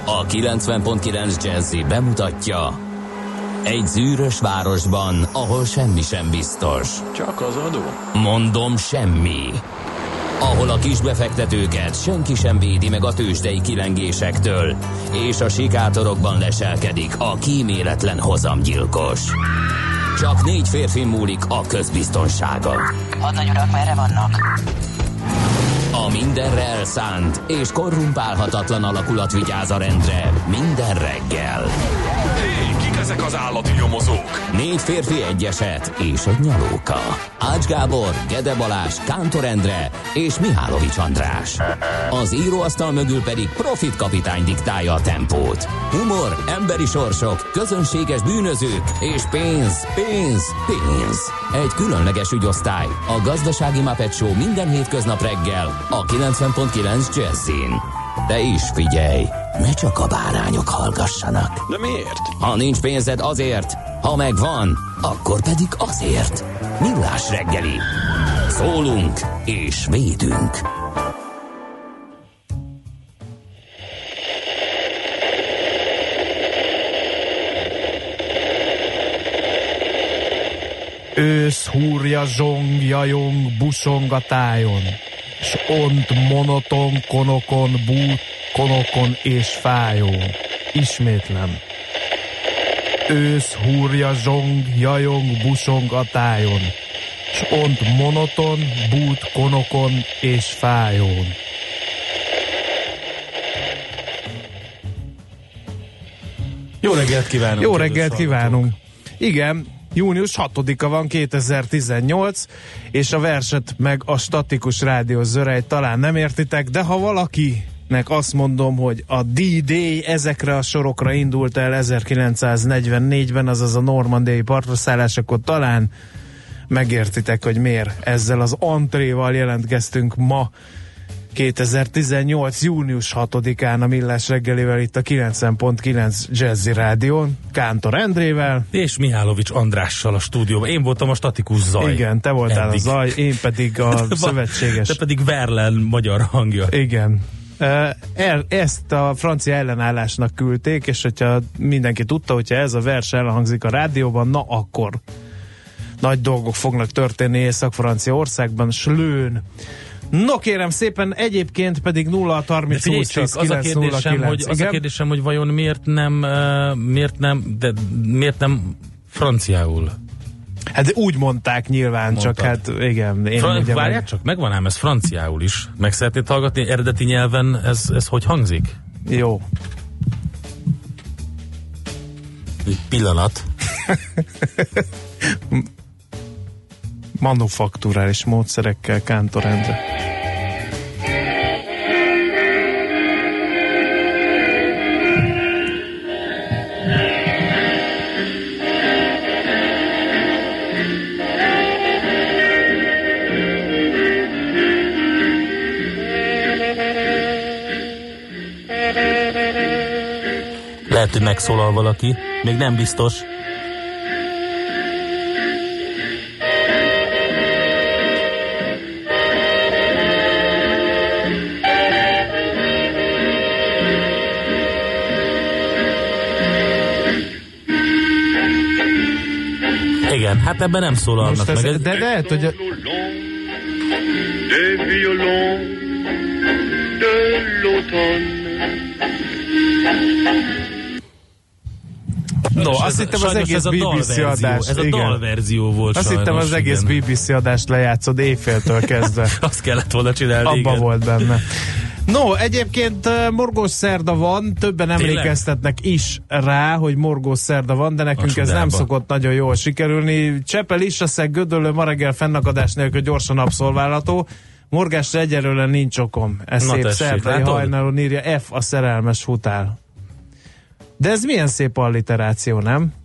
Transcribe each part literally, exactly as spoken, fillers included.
A kilencven pont kilenc Jazzy bemutatja: egy zűrös városban, ahol semmi sem biztos. Csak az adó? Mondom, semmi. Ahol a kisbefektetőket senki sem védi meg a tőzsdei kilengésektől, és a sikátorokban leselkedik a kíméletlen hozamgyilkos. Csak négy férfi múlik a közbiztonsága. Hadnagy urak, merre vannak? A mindenre elszánt és korrumpálhatatlan alakulat vigyáz a rendre minden reggel. Hé, kik ezek az állati nyomozók? Négy férfi, egy eset és egy nyalóka. Ács Gábor, Gede Balázs, Kántor Endre és Mihálovics András. Az íróasztal mögül pedig Profit kapitány diktálja a tempót. Humor, emberi sorsok, közönséges bűnözők és pénz, pénz, pénz. Egy különleges ügyosztály, a Gazdasági Muppet Show minden hétköznap reggel a kilencven pont kilenc Jazzin. De is figyelj, ne csak a bárányok hallgassanak. De miért? Ha nincs pénzed, azért, ha megvan, akkor pedig azért. Millás reggeli. Szólunk és védünk. Ősz húrja, zsong, jajong, busong a tájon, s ont monoton, konokon, bút, konokon és fájón. Ismétlem. Ősz húrja, zsong, jajong, busong a tájon, s ont monoton, bút, konokon és fájón. Jó reggelt kívánunk! Jó reggelt kívánunk! Igen, június hatodika van, kétezer-tizennyolc, és a verset meg a statikus rádió zörej talán nem értitek, de ha valakinek azt mondom, hogy a D-Day ezekre a sorokra indult el ezerkilencszáznegyvennégyben, azaz a normandiai partraszállás, akkor talán megértitek, hogy miért ezzel az antréval jelentkeztünk ma kétezer-tizennyolc. június hatodikán a Millás reggelivel itt a kilencven pont kilenc Jazzy Rádión, Kántor Endrével és Mihálovics Andrással a stúdióban. Én voltam a statikus zaj. Igen, te voltál eddig a zaj, én pedig a szövetséges. Te pedig Verlen magyar hangja. Igen. Ezt a francia ellenállásnak küldték, és hogyha mindenki tudta, hogyha ez a vers elhangzik a rádióban, na akkor nagy dolgok fognak történni Észak-Franciaországban, Slőn. No kérem szépen, egyébként pedig nulla harminc húsz az a kérdésem, hogy az a kérdésem, hogy vajon miért nem uh, miért nem de miért nem franciául? Hát úgy mondták nyilván, mondtad. Csak hát igen. Én Fra- várjál meg... csak, megvan ám ez franciául is. Meg szeretnéd hallgatni eredeti nyelven, ez, ez hogy hangzik? Jó. Egy pillanat. Manufakturális módszerekkel, Kántor Endre. Lehet, hogy megszólal valaki, még nem biztos. Igen, hát ebben nem szólalnak meg. Ez, de lehet, hogy... A... De violon de l'automne. No, azt hittem az egész bé bé cé adás. Ez a dalverzió volt. Azt hittem az egész bé bé cé adást lejátszod éjféltől kezdve. Azt kellett volna csinálni. Abba igen. volt benne. No, egyébként morgós szerda van, többen emlékeztetnek is rá, hogy morgós szerda van, de nekünk ez nem szokott nagyon jól sikerülni. Csepel, Issaszeg, Gödöllő ma reggel fennakadás nélkül gyorsan abszolválható. Morgásra egyelőre nincs okom. Ez na szép tessék, szerdai hajnalon írja F a szerelmes futál. De ez milyen szép alliteráció, nem?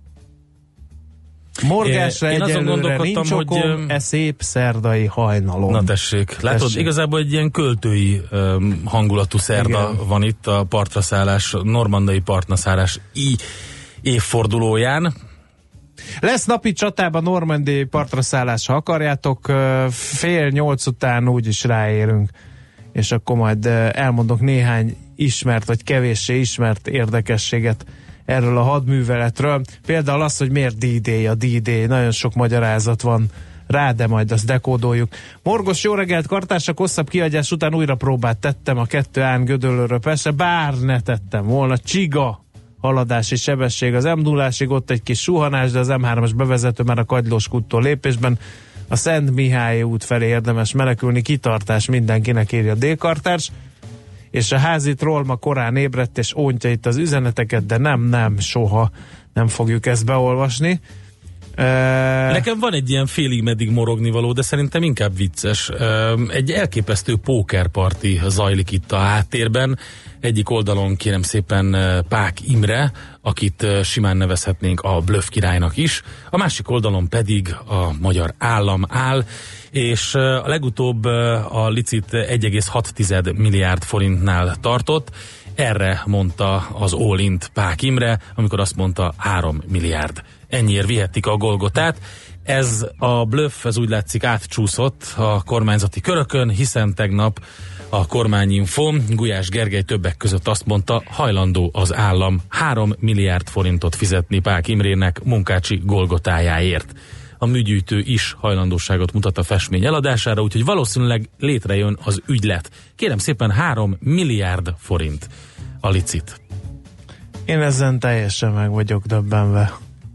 Morgásra é, egyelőre nincs okom, hogy, e szép szerdai hajnalon. Na tessék, látod, tessék. Igazából egy ilyen költői um, hangulatú szerda igen. van itt a partraszállás, normandai partnaszállás i évfordulóján. Lesz napi csatában normandiai partraszállás, ha akarjátok, fél nyolc után úgyis ráérünk, és akkor majd elmondok néhány ismert, vagy kevéssé ismert érdekességet erről a hadműveletről. Például az, hogy miért D-Day a D-Day, nagyon sok magyarázat van rá, de majd azt dekódoljuk. Morgos, jó reggelt, kartársak, hosszabb kiadás után újra próbát tettem a kettő án Gödöllőről Pestre, bár ne tettem volna. Csiga haladási sebesség az em nullásig, ott egy kis suhanás, de az em hármas bevezető már a Kagylós kúttól lépésben. A Szent Mihály út felé érdemes menekülni, kitartás mindenkinek, írja D-kartárs. És a házi troll ma korán ébredt, és óntja itt az üzeneteket, de nem, nem, soha nem fogjuk ezt beolvasni. Nekem van egy ilyen félig meddig morognivaló, de szerintem inkább vicces. Egy elképesztő pókerparti zajlik itt a háttérben. Egyik oldalon kérem szépen Pák Imre, akit simán nevezhetnénk a bluff királynak is, a másik oldalon pedig a magyar állam áll, és a legutóbb a licit egy egész hat milliárd forintnál tartott. Erre mondta az all-int Pák Imre, amikor azt mondta három milliárd. Ennyiért vihettik a Golgotát. Ez a bluff, ez úgy látszik átcsúszott a kormányzati körökön, hiszen tegnap a Kormányinfo Gulyás Gergely többek között azt mondta, hajlandó az állam három milliárd forintot fizetni Pák Imrének munkácsi Golgotájáért. A műgyűjtő is hajlandóságot mutat a festmény eladására, úgyhogy valószínűleg létrejön az ügylet. Kérem szépen három milliárd forint a licit. Én ezen teljesen meg vagyok döbbenve.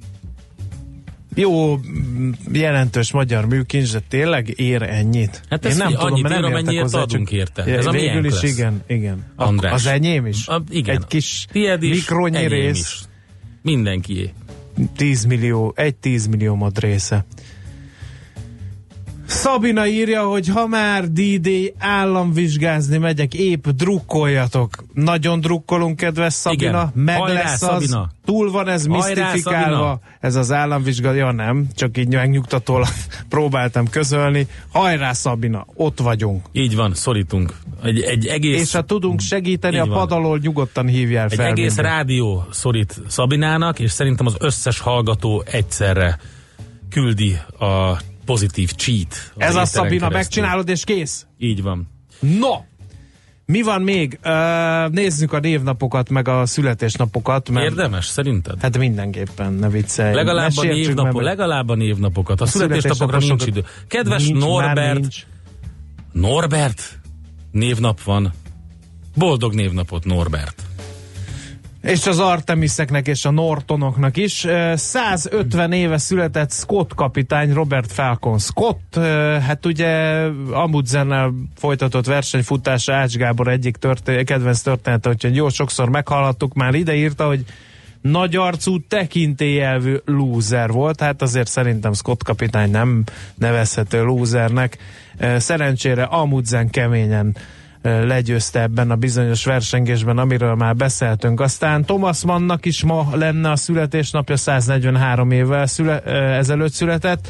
Jó, jelentős magyar műkincs, de tényleg ér ennyit? Hát ez nem tudom, annyit ér, amennyiért adunk érte. Ez a végül is lesz. igen, igen. András. Az enyém is? A, igen. Egy kis is, mikronyi rész. Is. Mindenkié. tíz millió, egy tíz millió mod része. Szabina írja, hogy ha már D-Day államvizsgázni megyek, épp drukkoljatok. Nagyon drukkolunk, kedves Szabina. Igen. Meg hajrá, lesz az. Szabina. Túl van ez hajrá, misztifikálva. Szabina. Ez az államvizsga. Ja nem, csak így megnyugtatólag próbáltam közölni. Hajrá, Szabina, ott vagyunk. Így van, szorítunk. Egy, egy egész... És ha tudunk segíteni, a pad alól nyugodtan hívjál fel. Egy egész minden. Rádió szorít Szabinának, és szerintem az összes hallgató egyszerre küldi a pozitív cheat. Ez a Szabina, keresztül. Megcsinálod és kész? Így van. No! Mi van még? Uh, nézzük a névnapokat, meg a születésnapokat. Mert érdemes, szerinted? Hát mindenképpen, ne viccelj. Legalább a, névnapo, legalább a névnapokat. A, a születésnapokra nincs idő. Kedves nincs, Norbert. Nincs. Norbert, névnap van. Boldog névnapot, Norbert. És az Artemiseknek és a Nortonoknak is. százötven éve született Scott kapitány, Robert Falcon Scott. Hát ugye Amudzennel folytatott versenyfutása Ács Gábor egyik történ- kedvenc története, úgyhogy jó sokszor meghallhattuk, már ide írta, hogy nagy arcú, tekintélyelvű lúzer volt, hát azért szerintem Scott kapitány nem nevezhető lúzernek. Szerencsére Amundsen keményen legyőzte ebben a bizonyos versengésben, amiről már beszéltünk. Aztán Thomas Mannnak is ma lenne a születésnapja, száznegyvenhárom évvel szüle, ezelőtt született,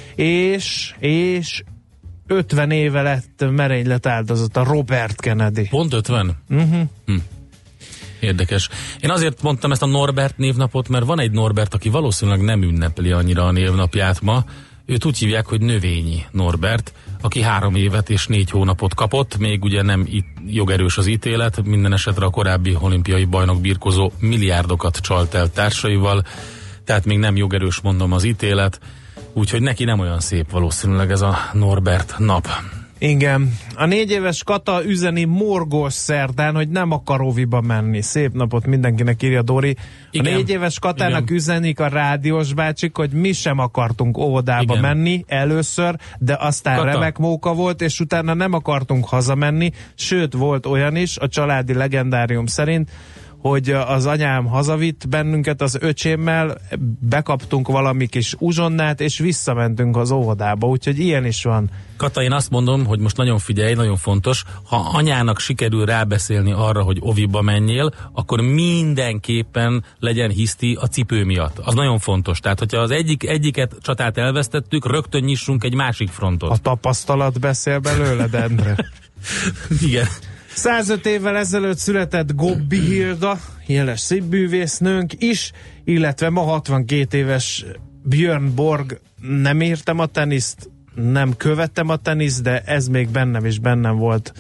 és, és ötven éve lett merénylet áldozata Robert Kennedy. Pont ötven? Uh-huh. Hm. Érdekes. Én azért mondtam ezt a Norbert névnapot, mert van egy Norbert, aki valószínűleg nem ünnepli annyira a névnapját ma. Őt úgy hívják, hogy Növényi Norbert, aki három évet és négy hónapot kapott, még ugye nem itt jogerős az ítélet, minden esetre a korábbi olimpiai bajnok birkózó milliárdokat csalt el társaival, tehát még nem jogerős, mondom, az ítélet, úgyhogy neki nem olyan szép valószínűleg ez a Norbert nap. Igen. A négy éves Kata üzeni morgós szerdán, hogy nem akar óviba menni. Szép napot mindenkinek, írja Dori. Igen. A négy éves Katának igen. üzenik a rádiós bácsik, hogy mi sem akartunk óvodába igen. menni először, de aztán Kata. remek móka volt, és utána nem akartunk hazamenni, sőt volt olyan is, a családi legendárium szerint, hogy az anyám hazavitt bennünket az öcsémmel, bekaptunk valami kis uzsonnát, és visszamentünk az óvodába, úgyhogy ilyen is van. Kata, én azt mondom, hogy most nagyon figyelj, nagyon fontos, ha anyának sikerül rábeszélni arra, hogy oviba menjél, akkor mindenképpen legyen hiszti a cipő miatt. Az nagyon fontos. Tehát, hogyha az egyik, egyiket csatát elvesztettük, rögtön nyissunk egy másik frontot. A tapasztalat beszél belőled, Endre. Igen. százöt évvel ezelőtt született Gobbi Hilda, jeles színművésznőnk is, illetve ma hatvankét éves Björn Borg. Nem értem a teniszt, nem követtem a teniszt, de ez még bennem is bennem volt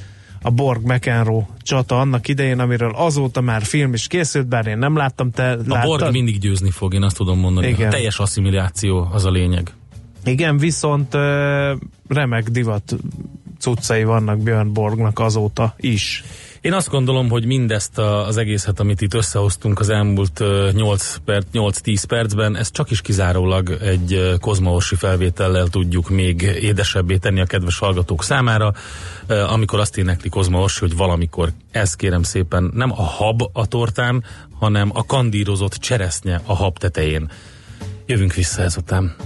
a Borg-McEnroe csata annak idején, amiről azóta már film is készült, bár én nem láttam, te A láttad? Borg mindig győzni fog, én azt tudom mondani. Igen. A teljes asszimiláció az a lényeg. Igen, viszont remek divat cuccai vannak Björn Borgnak azóta is. Én azt gondolom, hogy mindezt a, az egészet, amit itt összehoztunk az elmúlt nyolc-tíz percben, ezt csak is kizárólag egy Kozma Orsi felvétellel tudjuk még édesebbé tenni a kedves hallgatók számára, amikor azt énekli Kozma Orsi, hogy valamikor ez kérem szépen nem a hab a tortán, hanem a kandírozott cseresznye a hab tetején. Jövünk vissza ezután.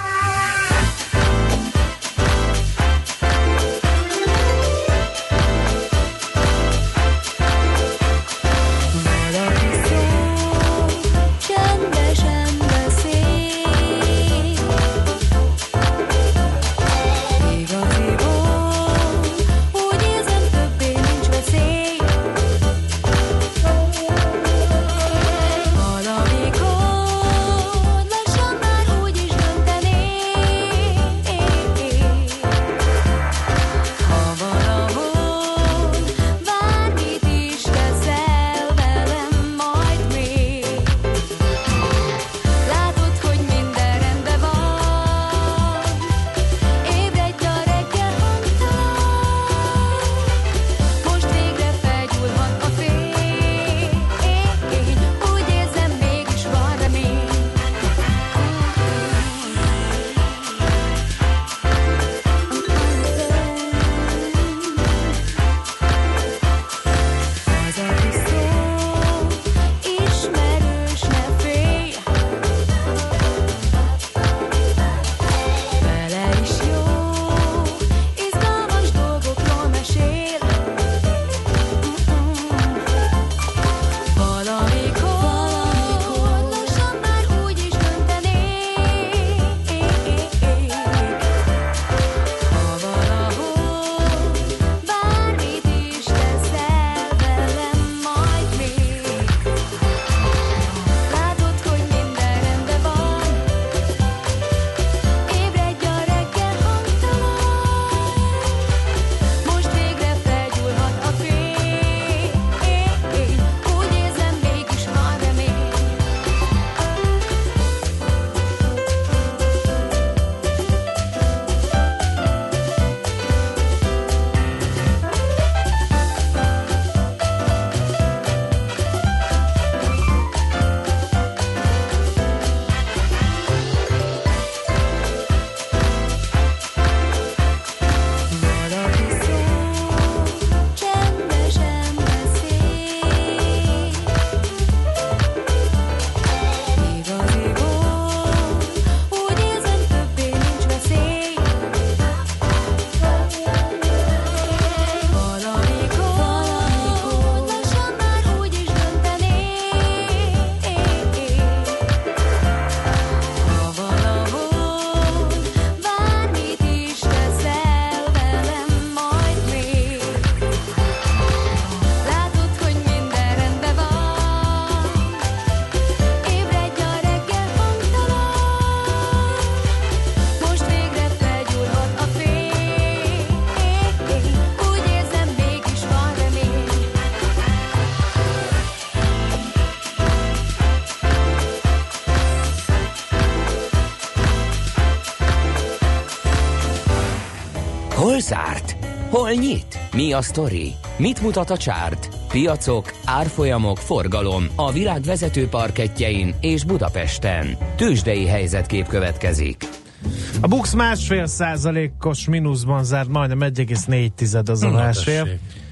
Hol zárt? Hol nyit? Mi a sztori? Mit mutat a csárt? Piacok, árfolyamok, forgalom a világ vezető parkettjein és Budapesten. Tőzsdei helyzetkép következik. A Bux másfél százalékos mínuszban zárt, majdnem egy egész négy az a másfél.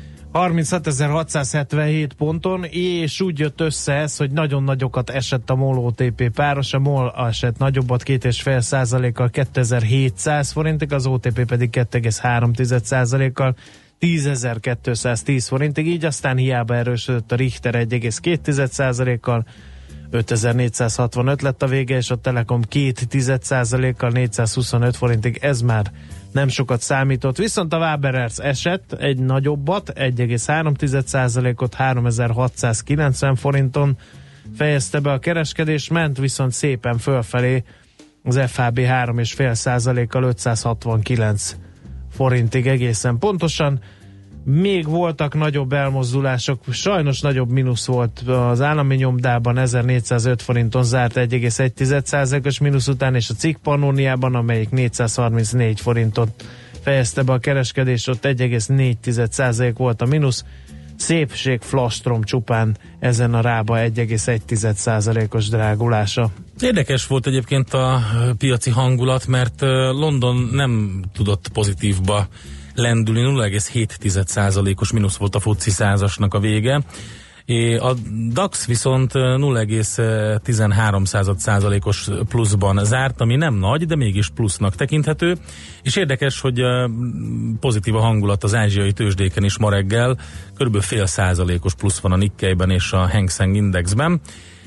harminchatezer-hatszázhetvenhét ponton, és úgy jött össze ez, hogy nagyon nagyokat esett a MOL o té pé páros, a MOL esett nagyobbat két egész öt százalékkal kétezer-hétszáz forintig, az o té pé pedig két egész három százalékkal tízezer-kétszáztíz forintig, így aztán hiába erősödött a Richter egy egész két százalékkal, ötezer-négyszázhatvanöt lett a vége, és a Telekom két százalékkal négyszázhuszonöt forintig, ez már nem sokat számított, viszont a Waberers esett egy nagyobbat, egy egész három százalékot, háromezer-hatszázkilencven forinton fejezte be a kereskedés, ment viszont szépen fölfelé az ef há bé három egész öt százalékkal ötszázhatvankilenc forintig egészen pontosan. Még voltak nagyobb elmozdulások, sajnos nagyobb mínusz volt az állami nyomdában, ezernégyszázöt forinton zárt egy egész egy százalékos mínusz után, és a Cikk Pannóniában, amelyik négyszázharmincnégy forinton fejezte be a kereskedést, ott egy egész négy százalék volt a mínusz. Szépség Flastrom csupán ezen a rába egy egész egy százalékos drágulása. Érdekes volt egyébként a piaci hangulat, mert London nem tudott pozitívba lendülni, nulla egész hét százalékos mínusz volt a ef té szá százasnak a vége. A DAX viszont nulla egész tizenhárom százalékos pluszban zárt, ami nem nagy, de mégis plusznak tekinthető, és érdekes, hogy pozitív a hangulat az ázsiai tőzsdéken is ma reggel, körülbelül fél százalékos plusz van a Nikkeiben és a Hang Seng Indexben.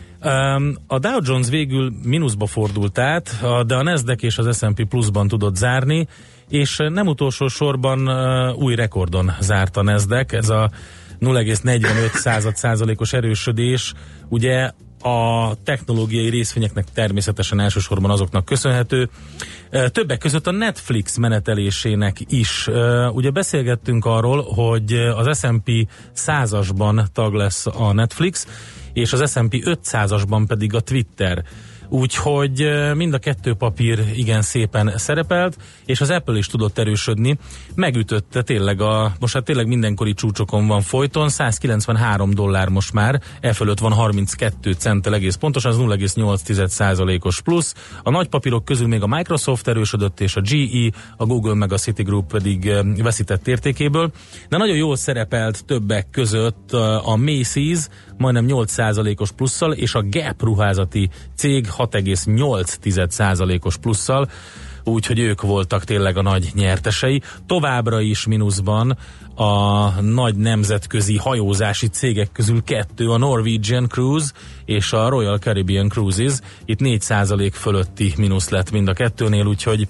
A Dow Jones végül mínuszba fordult át, de a Nasdaq és az es and pé pluszban tudott zárni, és nem utolsó sorban új rekordon zárt a Nasdaq, ez a nulla egész negyvenöt százalékos erősödés, ugye a technológiai részvényeknek természetesen elsősorban azoknak köszönhető. Többek között a Netflix menetelésének is. Ugye beszélgettünk arról, hogy az es and pé százasban tag lesz a Netflix, és az es and pé ötszázasban pedig a Twitter. Úgyhogy mind a kettő papír igen szépen szerepelt, és az Apple is tudott erősödni. Megütötte tényleg a, most hát tényleg mindenkori csúcsokon van folyton, százkilencvenhárom dollár most már, e fölött van harminckettő centtel egész pontosan, az nulla egész nyolc százalékos plusz. A nagy papírok közül még a Microsoft erősödött, és a gé é, a Google meg a Citigroup pedig veszített értékéből. De nagyon jól szerepelt többek között a Macy's, majdnem nyolc százalékos plusszal, és a Gap ruházati cég hat egész nyolc százalékos plusszal, úgyhogy ők voltak tényleg a nagy nyertesei. Továbbra is mínuszban a nagy nemzetközi hajózási cégek közül kettő, a Norwegian Cruise és a Royal Caribbean Cruises. Itt négy százalék fölötti mínusz lett mind a kettőnél, úgyhogy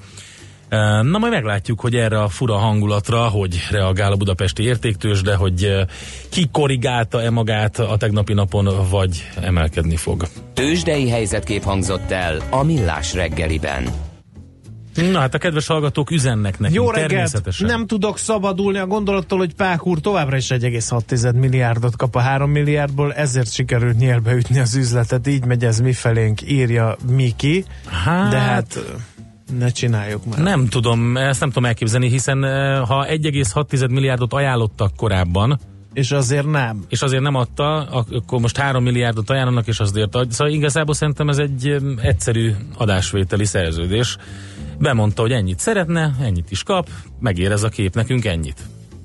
na majd meglátjuk, hogy erre a fura hangulatra hogy reagál a budapesti értéktőzsde, hogy ki korrigálta-e magát a tegnapi napon, vagy emelkedni fog. Tőzsdei helyzetkép hangzott el a Millás reggeliben. Na hát a kedves hallgatók üzennek nekünk. Jó reggelt! Természetesen. Nem tudok szabadulni a gondolattól, hogy Pák úr továbbra is egy egész hat milliárdot kap a három milliárdból, ezért sikerült nyélbeütni az üzletet, így megy ez mifelénk, írja Miki. Hát... De hát... ne csináljuk már. Nem tudom, ezt nem tudom elképzelni, hiszen ha egy egész hat milliárdot ajánlottak korábban, és azért nem. És azért nem adta, akkor most három milliárdot ajánlanak, és azért ad. Szóval igazából szerintem ez egy egyszerű adásvételi szerződés. Bemondta, hogy ennyit szeretne, ennyit is kap, megér ez a kép nekünk ennyit.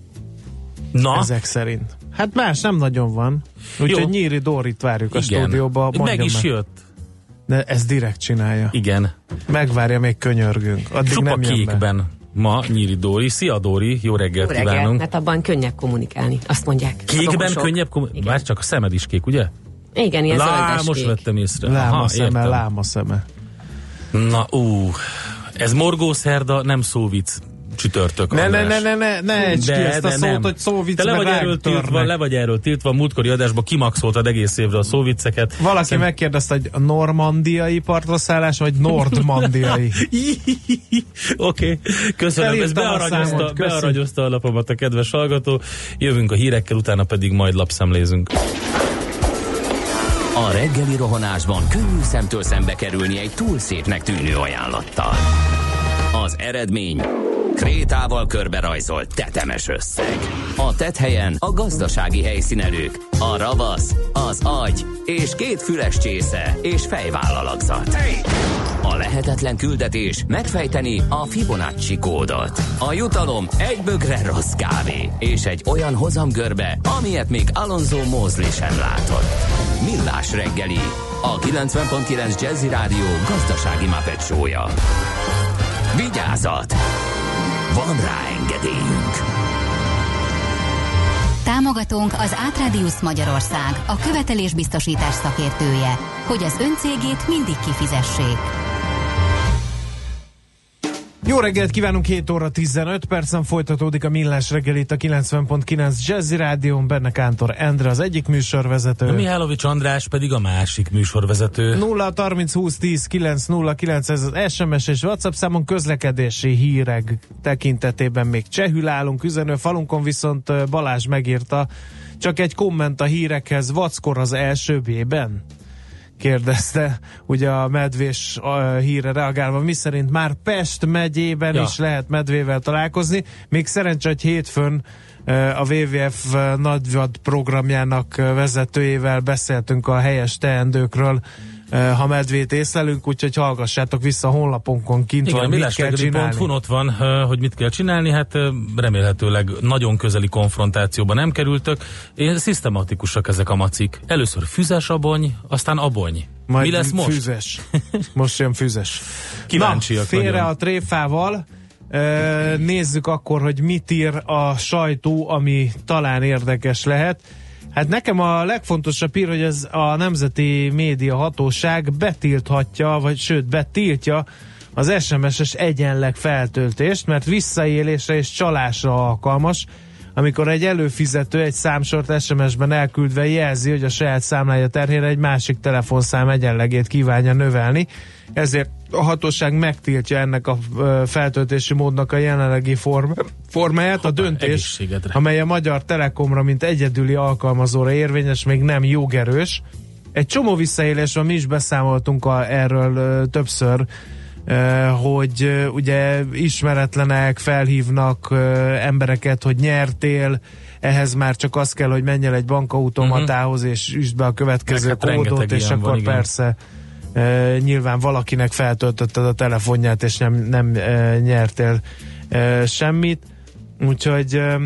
Na? Ezek szerint. Hát más nem nagyon van. Úgyhogy Nyíri Dórit várjuk. Igen. A stúdióba. Meg is meg. jött. De ez direkt csinálja. Igen. Megvárja, még könyörgünk. Addig Csupa nem kékben ma Nyíri Dóri. Szia Dóri, jó reggelt jó reggelt, kívánunk. mert abban könnyebb kommunikálni, azt mondják. Kékben könnyebb kommunikálni? Bár csak a szemed is kék, ugye? Igen, ilyen Lá, zöldes most kék. vettem észre. Láma Aha, szeme, értem. láma szeme. Na, ú, ez morgószerda, nem szóvic csütörtök. Ne, ne, ne, ne, ne, ne ejtsd ki ezt a szót, nem. Hogy szóvic, te le vagy, erről tiltva, le vagy erről tiltva, a múltkori adásban kimaxoltad egész évre a szóvicceket. Valaki Szerint... megkérdezte, hogy a normandiai partraszállás, vagy nordmandiai? Oké, okay. Köszönöm, ez bearanyozta, bearanyozta a lapomat a kedves hallgató. Jövünk a hírekkel, utána pedig majd lapszemlézünk. A reggeli rohanásban könnyű szemtől szembe kerülni egy túl szépnek tűnő ajánlattal. Az eredmény krétával körberajzolt tetemes összeg. A tetthelyen a gazdasági helyszínelők, a ravasz, az agy és két füles csésze és fejvállalakzat. A lehetetlen küldetés megfejteni a Fibonacci kódot. A jutalom egy bögre rossz kávé és egy olyan hozamgörbe, amilyet még Alonso Mosley sem látott. Millás reggeli, a kilencven pont kilenc Jazzy Rádió gazdasági Muppet show-ja. Vigyázat! Van rá engedélyünk! Támogatónk az Átradius Magyarország, a követelésbiztosítás szakértője, hogy az öncégét mindig kifizessék. Jó reggelt kívánunk, hét óra tizenöt percen folytatódik a Millás reggel itt a kilencven pont kilenc Jazzy Rádión, benne Kántor Endre az egyik műsorvezető. A Mihálovics András pedig a másik műsorvezető. nulla harminc húsz tíz kilenc nulla kilenc ez az es em es és WhatsApp számon, közlekedési hírek tekintetében még csehül állunk, üzenőfalunkon viszont Balázs megírta, csak egy komment a hírekhez, vackor az első B-ben? Kérdezte, ugye a medvés a hírre reagálva, miszerint már Pest megyében ja. is lehet medvével találkozni. Még szerencsé, hogy hétfőn a dupla vé vé ef nagyvad programjának vezetőjével beszéltünk a helyes teendőkről, ha medvét észlelünk, úgyhogy hallgassátok vissza a honlapunkon kint. Igen, van, mit kell csinálni. Ott van, hogy mit kell csinálni, hát remélhetőleg nagyon közeli konfrontációba nem kerültök. Én szisztematikusak ezek a macik. Először füzes abony, aztán abony. Majd mi lesz most? Füzes. Most jön füzes. Kíváncsiak. Na, félre nagyon. A tréfával. Nézzük akkor, hogy mit ír a sajtó, ami talán érdekes lehet. Hát nekem a legfontosabb hír, hogy ez a Nemzeti Média Hatóság betilthatja, vagy sőt betiltja az es em es-es egyenleg feltöltést, mert visszaélésre és csalásra alkalmas, amikor egy előfizető egy számsort es em es-ben elküldve jelzi, hogy a saját számlája terhére egy másik telefonszám egyenlegét kívánja növelni. Ezért a hatóság megtiltja ennek a feltöltési módnak a jelenlegi form, formáját. Hoppá, a döntés, amely a Magyar Telekomra, mint egyedüli alkalmazóra érvényes, még nem jogerős. Egy csomó visszaélés van, mi is beszámoltunk a, erről ö, többször, ö, hogy ö, ugye ismeretlenek felhívnak ö, embereket, hogy nyertél, ehhez már csak az kell, hogy menj el egy bankautomatához, uh-huh. és üsd be a következő hát kódot, és akkor van, persze Uh, nyilván valakinek feltöltötted a telefonját, és nem, nem uh, nyertél uh, semmit. Úgyhogy uh,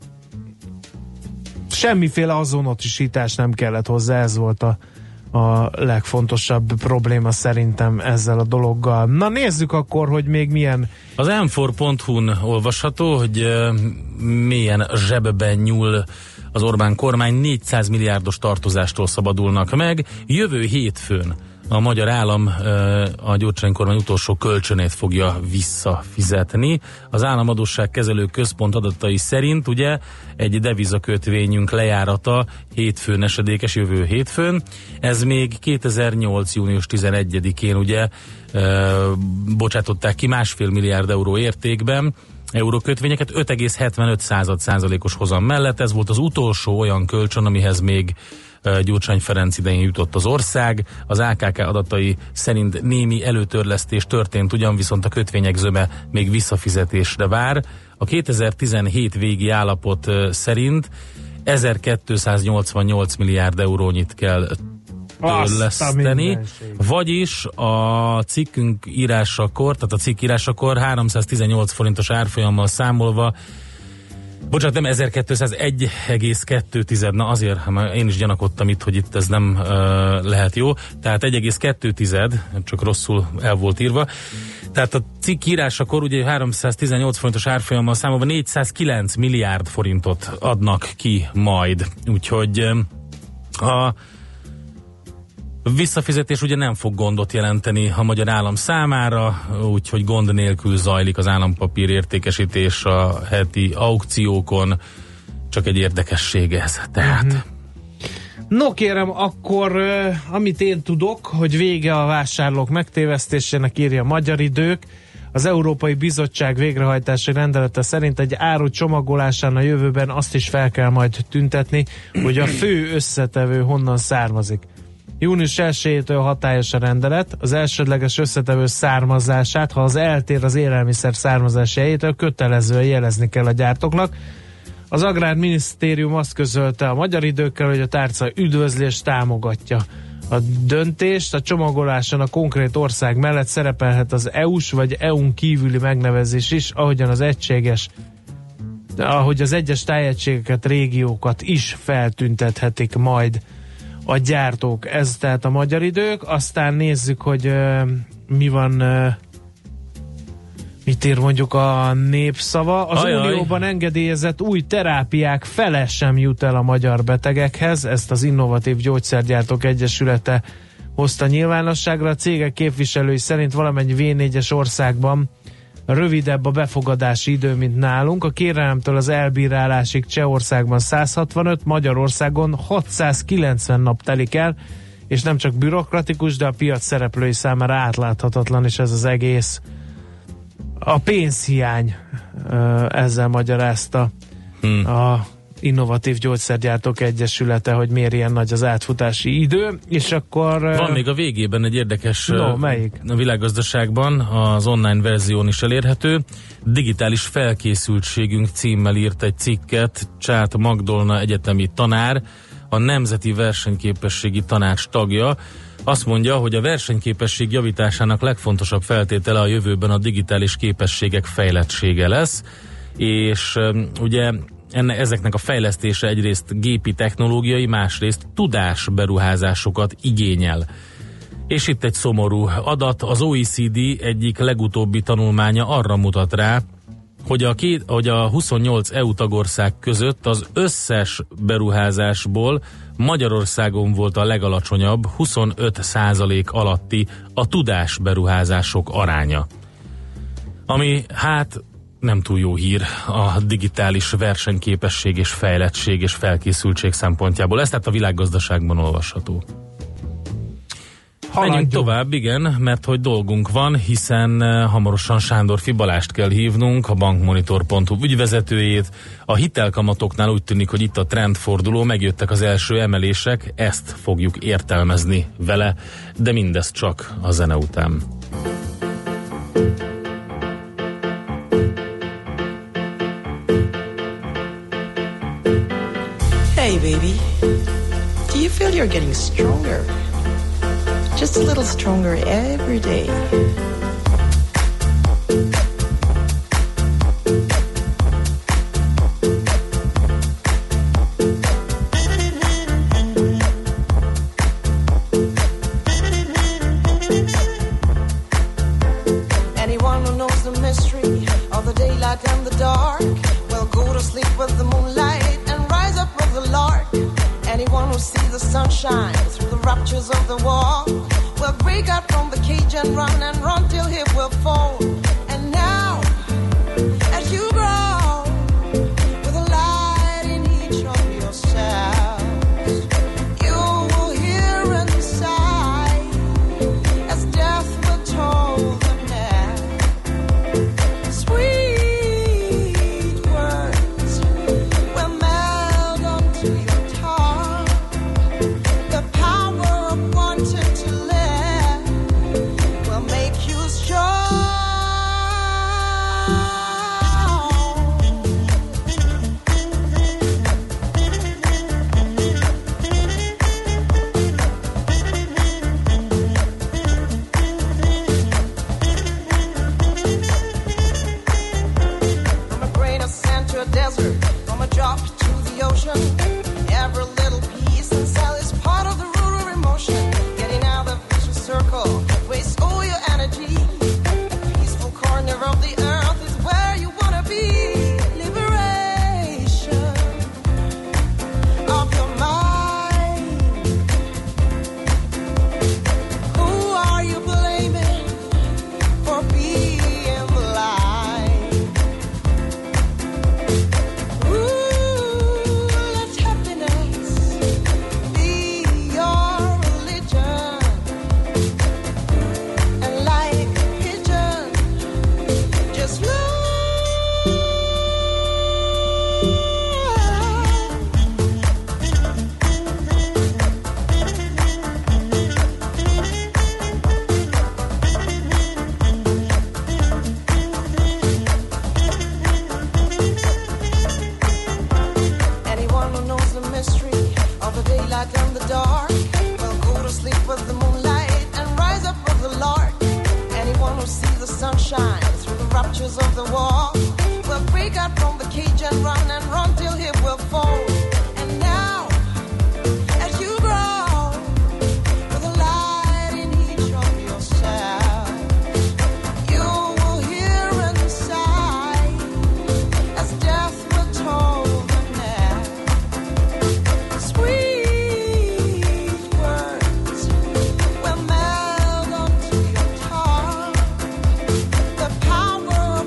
semmiféle azonosítás nem kellett hozzá, ez volt a, a legfontosabb probléma szerintem ezzel a dologgal. Na nézzük akkor, hogy még milyen... Az em négy pont hu-n olvasható, hogy uh, milyen zsebben nyúl az Orbán kormány, négyszáz milliárdos tartozástól szabadulnak meg. Jövő hétfőn a magyar állam a Gyurcsány kormány utolsó kölcsönét fogja visszafizetni. Az Államadósságkezelő Központ adatai szerint ugye egy devizakötvényünk lejárata hétfőn esedékes, jövő hétfőn. Ez még kétezer-nyolc június tizenegyedikén ugye bocsátották ki másfél milliárd euró értékben eurókötvényeket öt egész hetvenöt százalékos hozam mellett. Ez volt az utolsó olyan kölcsön, amihez még Gyurcsány Ferenc idején jutott az ország. Az á ká ká adatai szerint némi előtörlesztés történt, ugyan viszont a kötvények zöme még visszafizetésre vár. A kétezer-tizenhét végi állapot szerint ezerkétszáznyolcvannyolc milliárd eurónyit kell törleszteni, vagyis a cikkünk írásakor, tehát a cikk írásakor háromszáztizennyolc forintos árfolyammal számolva, bocsánat, nem ezerkétszázegy egész kettő, na azért, mert én is gyanakodtam itt, hogy itt ez nem uh, lehet jó, tehát egy egész kettő, csak rosszul el volt írva. Tehát a cikk írásakor ugye háromszáztizennyolc forintos árfolyammal számolva négyszázkilenc milliárd forintot adnak ki majd. Úgyhogy a visszafizetés ugye nem fog gondot jelenteni a magyar állam számára, úgyhogy gond nélkül zajlik az állampapír értékesítés a heti aukciókon. Csak egy érdekesség ez. Tehát... Uh-huh. No kérem, akkor uh, amit én tudok, hogy vége a vásárlók megtévesztésének, írja a Magyar Idők. Az Európai Bizottság végrehajtási rendelete szerint egy áru csomagolásán a jövőben azt is fel kell majd tüntetni, hogy a fő összetevő honnan származik. június elsejétől hatályos a rendelet, az elsődleges összetevő származását, ha az eltér az élelmiszer származási helyétől, kötelezően jelezni kell a gyártóknak. Az Agrárminisztérium azt közölte a Magyar Időkkel, hogy a tárca üdvözlés támogatja a döntést. A csomagoláson a konkrét ország mellett szerepelhet az é u-s vagy é u-n kívüli megnevezés is, ahogyan az egységes ahogy az egyes tájegységeket, régiókat is feltüntethetik majd a gyártók. Ez tehát a Magyar Idők. Aztán nézzük, hogy uh, mi van, uh, mit ír mondjuk a Népszava. Az Ajaj. Unióban engedélyezett új terápiák fele sem jut el a magyar betegekhez. Ezt az Innovatív Gyógyszergyártók Egyesülete hozta nyilvánosságra. A cégek képviselői szerint valamennyi vé négyes országban rövidebb a befogadási idő, mint nálunk. A kérelemtől az elbírálásig Csehországban száz hatvanöt, Magyarországon hatszázkilencven nap telik el, és nem csak bürokratikus, de a piac szereplői számára átláthatatlan is ez az egész. A pénzhiány ezzel magyarázta hmm. a Innovatív Gyógyszergyártók Egyesülete, hogy miért ilyen nagy az átfutási idő, és akkor... Van még a végében egy érdekes... No, melyik? A világgazdaságban az online verzión is elérhető. Digitális felkészültségünk címmel írt egy cikket Csát Magdolna egyetemi tanár, a Nemzeti Versenyképességi Tanács tagja. Azt mondja, hogy a versenyképesség javításának legfontosabb feltétele a jövőben a digitális képességek fejlettsége lesz, és um, ugye enne, ezeknek a fejlesztése egyrészt gépi technológiai, másrészt tudásberuházásokat igényel. És itt egy szomorú adat, az o e cé dé egyik legutóbbi tanulmánya arra mutat rá, hogy a, két, hogy a huszonnyolc é u tagország között az összes beruházásból Magyarországon volt a legalacsonyabb, huszonöt százalék alatti a tudásberuházások aránya. Ami hát nem túl jó hír a digitális versenyképesség és fejlettség és felkészültség szempontjából. Ez tehát a világgazdaságban olvasható. Menjünk tovább, igen, mert hogy dolgunk van, hiszen hamarosan Sándorfi Balást kell hívnunk, a bankmonitor pont hu ügyvezetőjét. A hitelkamatoknál úgy tűnik, hogy itt a trendforduló, megjöttek az első emelések, ezt fogjuk értelmezni vele, de mindez csak a zene után. Hey baby, do you feel you're getting stronger? Just a little stronger every day. Anyone who knows the mystery of the daylight and the dark will go to sleep with the moonlight and rise up with the lark. Anyone who sees the sunshine through the raptures of the wall will break out from the cage and run and run till he will fall. And now, as you grow with a light in each of yourselves, you will hear inside as death will toll the net. Sweet words will meld onto your tongue. The power of wanting to live will make you strong. From a grain of sand to a desert, from a drop to the ocean, every little piece and cell is part of the root of emotion. Getting out of the vicious circle, waste all your energy. A peaceful corner of the earth is where you wanna be. Liberation of your mind. Who are you blaming for being blind? Ooh, let happiness be your religion. And like a pigeon, just fly. Anyone who knows the mystery of the daylight and the dark will go to sleep with the moonlight and rise up with the lark. Anyone who sees the sunshine through the raptures of the wall will break out from the cage and run and run till he will fall. And now, as you grow with a light in each of yourselves, you will hear inside as death will toll the net. Sweet words will meld onto your tongue. The power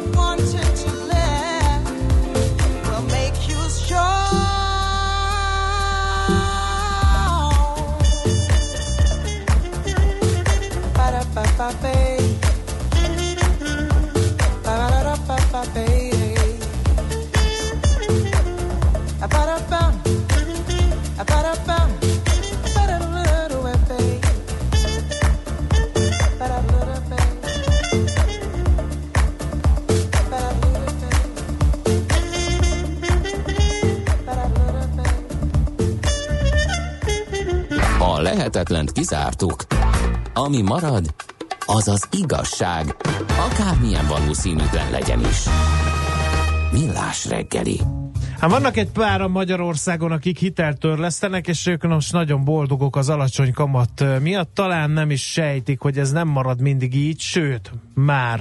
A lehetetlent kizártuk. Ami marad, az az igazság, akármilyen valószínűtlen legyen is. Millás reggeli. Hát vannak egy páran Magyarországon, akik hitelt törlesztenek, és ők most nagyon boldogok az alacsony kamat miatt. Talán nem is sejtik, hogy ez nem marad mindig így, sőt, már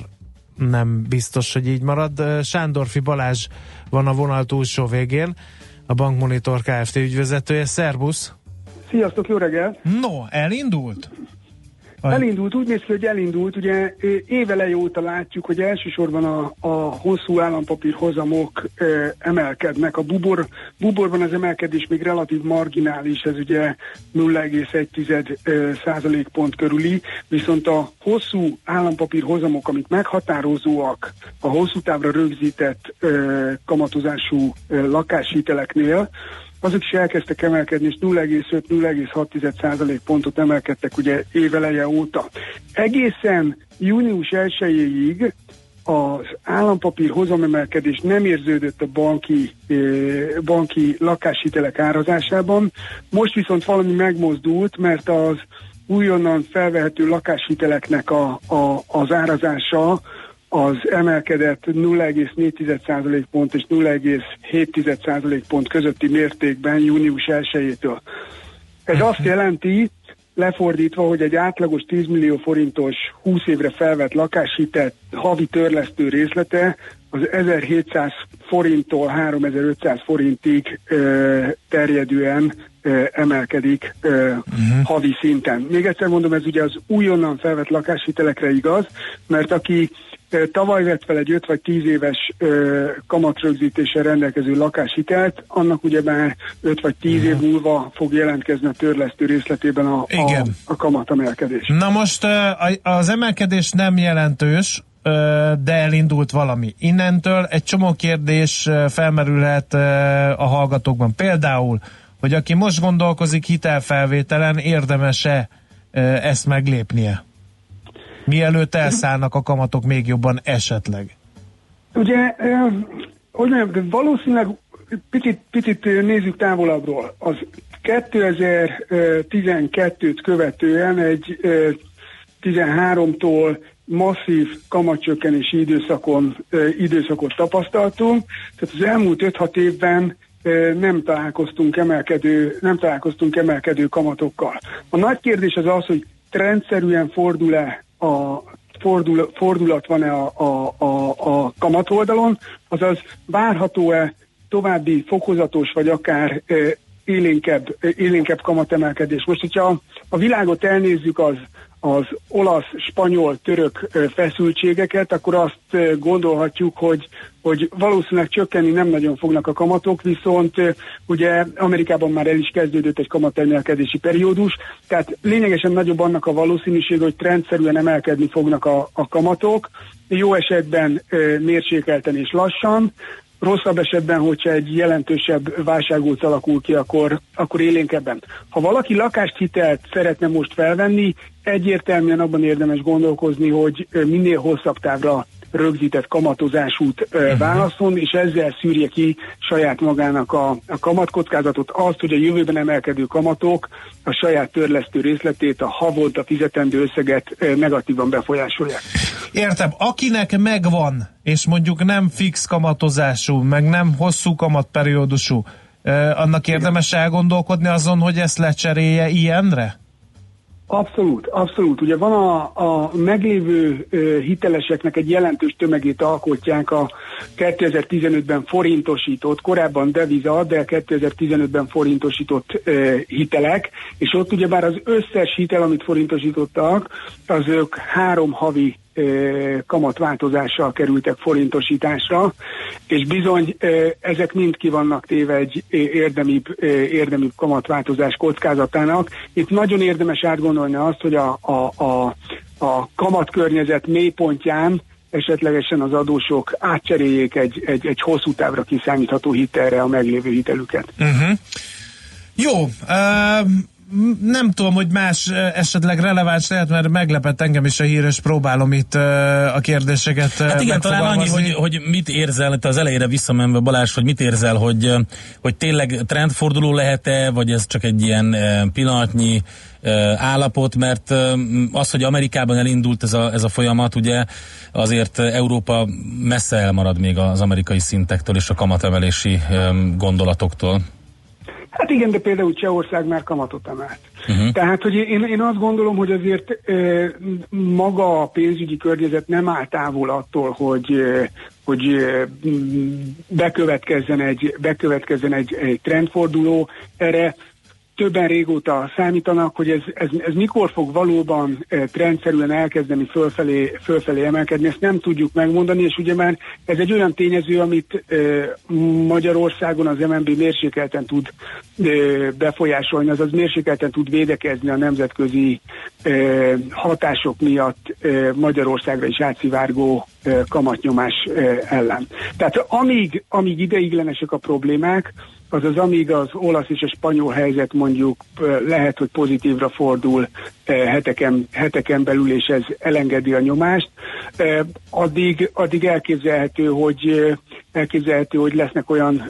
nem biztos, hogy így marad. Sándorfi Balázs van a vonal túlsó végén, a Bankmonitor Kft. Ügyvezetője. Szerbusz! Sziasztok, jó reggelt! No, elindult? Elindult, úgy néz ki, hogy elindult. Ugye éveleje óta látjuk, hogy elsősorban a, a hosszú állampapír hozamok e, emelkednek. A bubor, buborban az emelkedés még relatív marginális, ez ugye nulla egész egy százalékpont körüli, viszont a hosszú állampapír hozamok, amik meghatározóak a hosszú távra rögzített e, kamatozású e, lakáshiteleknél, azok is elkezdtek emelkedni, és nulla egész öt - nulla egész hat százalékpontot emelkedtek ugye éveleje óta. Egészen június elsejéig az állampapír hozamemelkedés nem érződött a banki, eh, banki lakáshitelek árazásában. Most viszont valami megmozdult, mert az újonnan felvehető lakáshiteleknek a, a, az árazása az emelkedett nulla egész négy százalékpont és nulla egész hét százalékpont közötti mértékben június elsejétől. Ez azt jelenti, lefordítva, hogy egy átlagos tíz millió forintos húsz évre felvett lakáshitel havi törlesztő részlete az ezerhétszáz forinttól háromezer-ötszáz forintig ö, terjedően ö, emelkedik ö, uh-huh. havi szinten. Még egyszer mondom, ez ugye az újonnan felvett lakáshitelekre igaz, mert aki tavaly vett fel egy öt vagy tíz éves ö, kamatrögzítéssel rendelkező lakáshitelt, annak ugye már öt vagy tíz év múlva fog jelentkezni a törlesztő részletében a, a, a kamatemelkedés. Na most az emelkedés nem jelentős, de elindult valami. Innentől egy csomó kérdés felmerülhet a hallgatókban. Például, hogy aki most gondolkozik hitelfelvételen, érdemes-e ezt meglépnie? Mielőtt elszállnak a kamatok még jobban esetleg? Ugye, eh, hogy mondjam, valószínűleg picit, picit nézzük távolabbról. Az kétezer-tizenkettőt követően egy eh, tizenháromtól masszív kamatcsökkenési időszakon, eh, időszakot tapasztaltunk. Tehát az elmúlt öt-hat évben eh, nem találkoztunk emelkedő, nem találkoztunk emelkedő kamatokkal. A nagy kérdés az az, hogy trendszerűen fordul-e a fordul, fordulat van-e a, a, a, a kamat oldalon, azaz várható-e további fokozatos, vagy akár e, élénkebb, élénkebb kamatemelkedés. Most, hogyha a világot elnézzük az, az olasz, spanyol, török e, feszültségeket, akkor azt e, gondolhatjuk, hogy, hogy valószínűleg csökkenni nem nagyon fognak a kamatok, viszont e, ugye Amerikában már el is kezdődött egy kamatemelkedési periódus, tehát lényegesen nagyobb annak a valószínűség, hogy trendszerűen emelkedni fognak a, a kamatok, jó esetben e, mérsékelten és lassan, rosszabb esetben, hogyha egy jelentősebb válságút alakul ki, akkor, akkor élénkebben. Ha valaki lakáshitelt szeretne most felvenni, egyértelműen abban érdemes gondolkozni, hogy minél hosszabb távra rögzített kamatozásút uh, válaszol, és ezzel szűrje ki saját magának a, a kamatkockázatot, azt, hogy a jövőben emelkedő kamatok a saját törlesztő részletét, a havonta fizetendő összeget uh, negatívan befolyásolják. Értem, akinek megvan, és mondjuk nem fix kamatozású, meg nem hosszú kamatperiódusú, uh, annak érdemes elgondolkodni azon, hogy ezt lecserélje ilyenre? Abszolút, abszolút. Ugye van a, a meglévő uh, hiteleseknek egy jelentős tömegét alkotják a kétezer-tizenötben forintosított, korábban deviza, de kétezer-tizenötben forintosított uh, hitelek, és ott ugyebár az összes hitel, amit forintosítottak, az ők három havi kamatváltozással kerültek forintosításra, és bizony ezek mind ki vannak téve egy érdemibb, érdemibb kamatváltozás kockázatának. Itt nagyon érdemes átgondolni azt, hogy a, a, a, a kamatkörnyezet mélypontján esetlegesen az adósok átcseréljék egy, egy, egy hosszú távra kiszámítható hitelre a meglévő hitelüket. Uh-huh. Jó, uh, nem tudom, hogy más esetleg releváns lehet, mert meglepett engem is a hír, és próbálom itt a kérdéseket Hát igen, talán annyi, hogy, hogy mit érzel, te az elejére visszamenve, Balázs, hogy mit érzel, hogy, hogy tényleg trendforduló lehet-e, vagy ez csak egy ilyen pillanatnyi állapot, mert az, hogy Amerikában elindult ez a, ez a folyamat, ugye azért Európa messze elmarad még az amerikai szintektől és a kamatemelési gondolatoktól. Hát igen, de például Csehország már kamatot emelt. Uh-huh. Tehát, hogy én, én azt gondolom, hogy azért e, maga a pénzügyi környezet nem áll távol attól, hogy, e, hogy e, bekövetkezzen, egy, bekövetkezzen egy, egy trendforduló. Erre többen régóta számítanak, hogy ez, ez, ez mikor fog valóban e, trendszerűen elkezdeni fölfelé, fölfelé emelkedni, ezt nem tudjuk megmondani, és ugye már ez egy olyan tényező, amit e, Magyarországon az em en bé mérsékelten tud e, befolyásolni, azaz mérsékelten tud védekezni a nemzetközi e, hatások miatt e, Magyarországra is átszivárgó e, kamatnyomás e, ellen. Tehát amíg, amíg ideiglenesek a problémák, azaz amíg az olasz és a spanyol helyzet mondjuk lehet, hogy pozitívra fordul heteken, heteken belül, és ez elengedi a nyomást, addig, addig elképzelhető, hogy elképzelhető, hogy lesznek olyan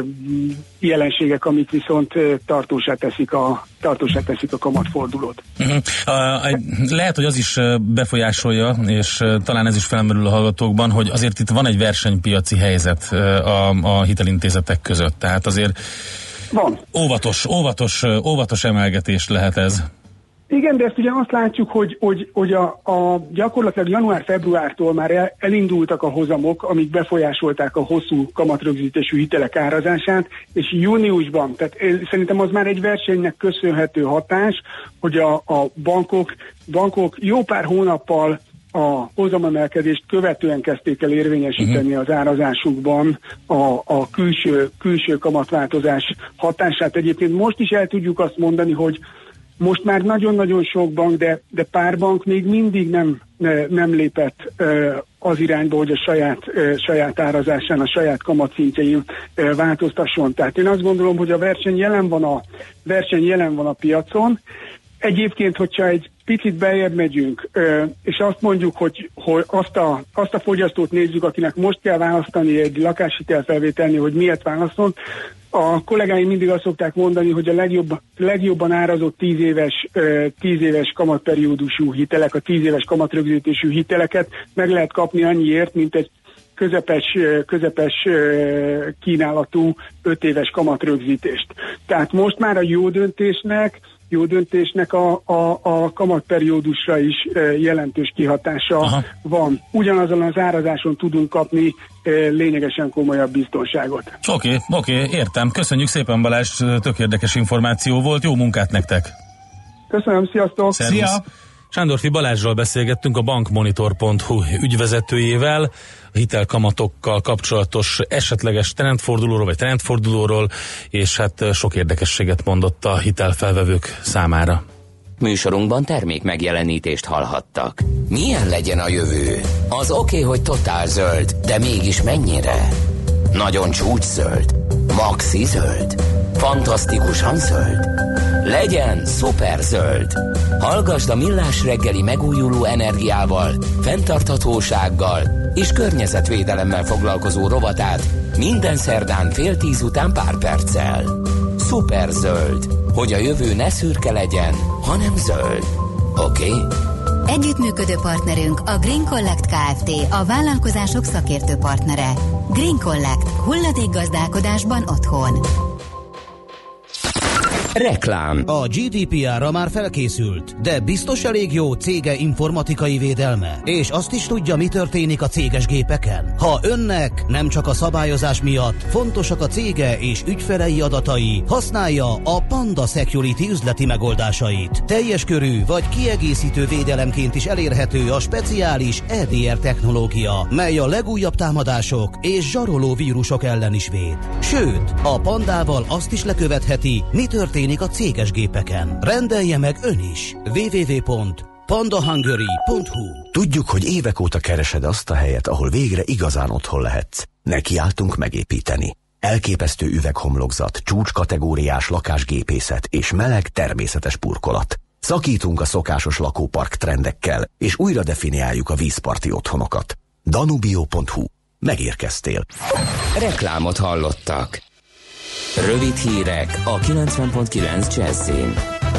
jelenségek, amik viszont tartósá teszik a, tartósá teszik a kamatfordulót. Uh-huh. Uh, lehet, hogy az is befolyásolja, és talán ez is felmerül a hallgatókban, hogy azért itt van egy versenypiaci helyzet a, a hitelintézetek között, tehát azért van. Óvatos, óvatos, óvatos emelgetés lehet ez. Igen, de ezt ugye azt látjuk, hogy, hogy, hogy a, a gyakorlatilag január-februártól már el, elindultak a hozamok, amik befolyásolták a hosszú kamatrögzítésű hitelek árazását, és júniusban, tehát szerintem az már egy versenynek köszönhető hatás, hogy a, a bankok, bankok jó pár hónappal a hozamemelkedést követően kezdték el érvényesíteni uh-huh. az árazásukban a, a külső, külső kamatváltozás hatását. Egyébként most is el tudjuk azt mondani, hogy most már nagyon-nagyon sok bank, de, de pár bank még mindig nem, nem lépett az irányba, hogy a saját, saját árazásán, a saját kamatszintjein változtasson. Tehát én azt gondolom, hogy a verseny jelen van a, verseny jelen van a piacon. Egyébként, hogyha egy picit beljebb megyünk, és azt mondjuk, hogy, hogy azt, a, azt a fogyasztót nézzük, akinek most kell választani egy lakáshitelfelvételnél, hogy miért válaszol. A kollégáim mindig azt szokták mondani, hogy a legjobb, legjobban árazott tíz éves, tíz éves kamatperiódusú hitelek, a tíz éves kamatrögzítésű hiteleket meg lehet kapni annyiért, mint egy közepes, közepes kínálatú öt éves kamatrögzítést. Tehát most már a jó döntésnek, jó döntésnek a, a, a kamatperiódusra is jelentős kihatása Aha. van. Ugyanazon az árazáson tudunk kapni lényegesen komolyabb biztonságot. Oké, okay, oké, okay, értem. Köszönjük szépen, Balázs, tök érdekes információ volt. Jó munkát nektek! Köszönöm, sziasztok! Szervusz. Szia! Sándorfi Balázsral beszélgettünk, a bankmonitor pont hu ügyvezetőjével, a hitelkamatokkal kapcsolatos esetleges trendfordulóról, vagy trendfordulóról, és hát sok érdekességet mondott a hitelfelvevők számára. Műsorunkban termék megjelenítést hallhattak. Milyen legyen a jövő? Az oké, hogy totál zöld, de mégis mennyire? Nagyon csúcszöld? Maxi zöld? Fantasztikusan zöld? Legyen szuper zöld! Hallgasd a Millás reggeli megújuló energiával, fenntarthatósággal és környezetvédelemmel foglalkozó rovatát minden szerdán fél tíz után pár perccel. Szuper zöld, hogy a jövő ne szürke legyen, hanem zöld. Oké? Okay? Együttműködő partnerünk a Green Collect Kft., a vállalkozások szakértő partnere. Green Collect. Hulladékgazdálkodásban otthon. Reklám. A gé dé pé er-ra már felkészült, de biztos elég jó cége informatikai védelme, és azt is tudja, mi történik a céges gépeken. Ha önnek nem csak a szabályozás miatt fontosak a cége és ügyfelei adatai, használja a Panda Security üzleti megoldásait. Teljes körű vagy kiegészítő védelemként is elérhető a speciális é dé er technológia, mely a legújabb támadások és zsaroló vírusok ellen is véd. Sőt, a Pandával azt is lekövetheti, mi történik a céges gépeken. Rendelje meg ön is. double-u double-u double-u pont panda hungary pont hu. Tudjuk, hogy évek óta keresed azt a helyet, ahol végre igazán otthon lehetsz. Nekiálltunk megépíteni. Elképesztő üveghomlokzat, csúcskategóriás lakásgépészet és meleg természetes burkolat. Szakítunk a szokásos lakópark trendekkel, és újra definiáljuk a vízparti otthonokat. danubio pont hu. Megérkeztél. Reklámot hallottak. Rövid hírek a kilencven pont kilenc Jazzin.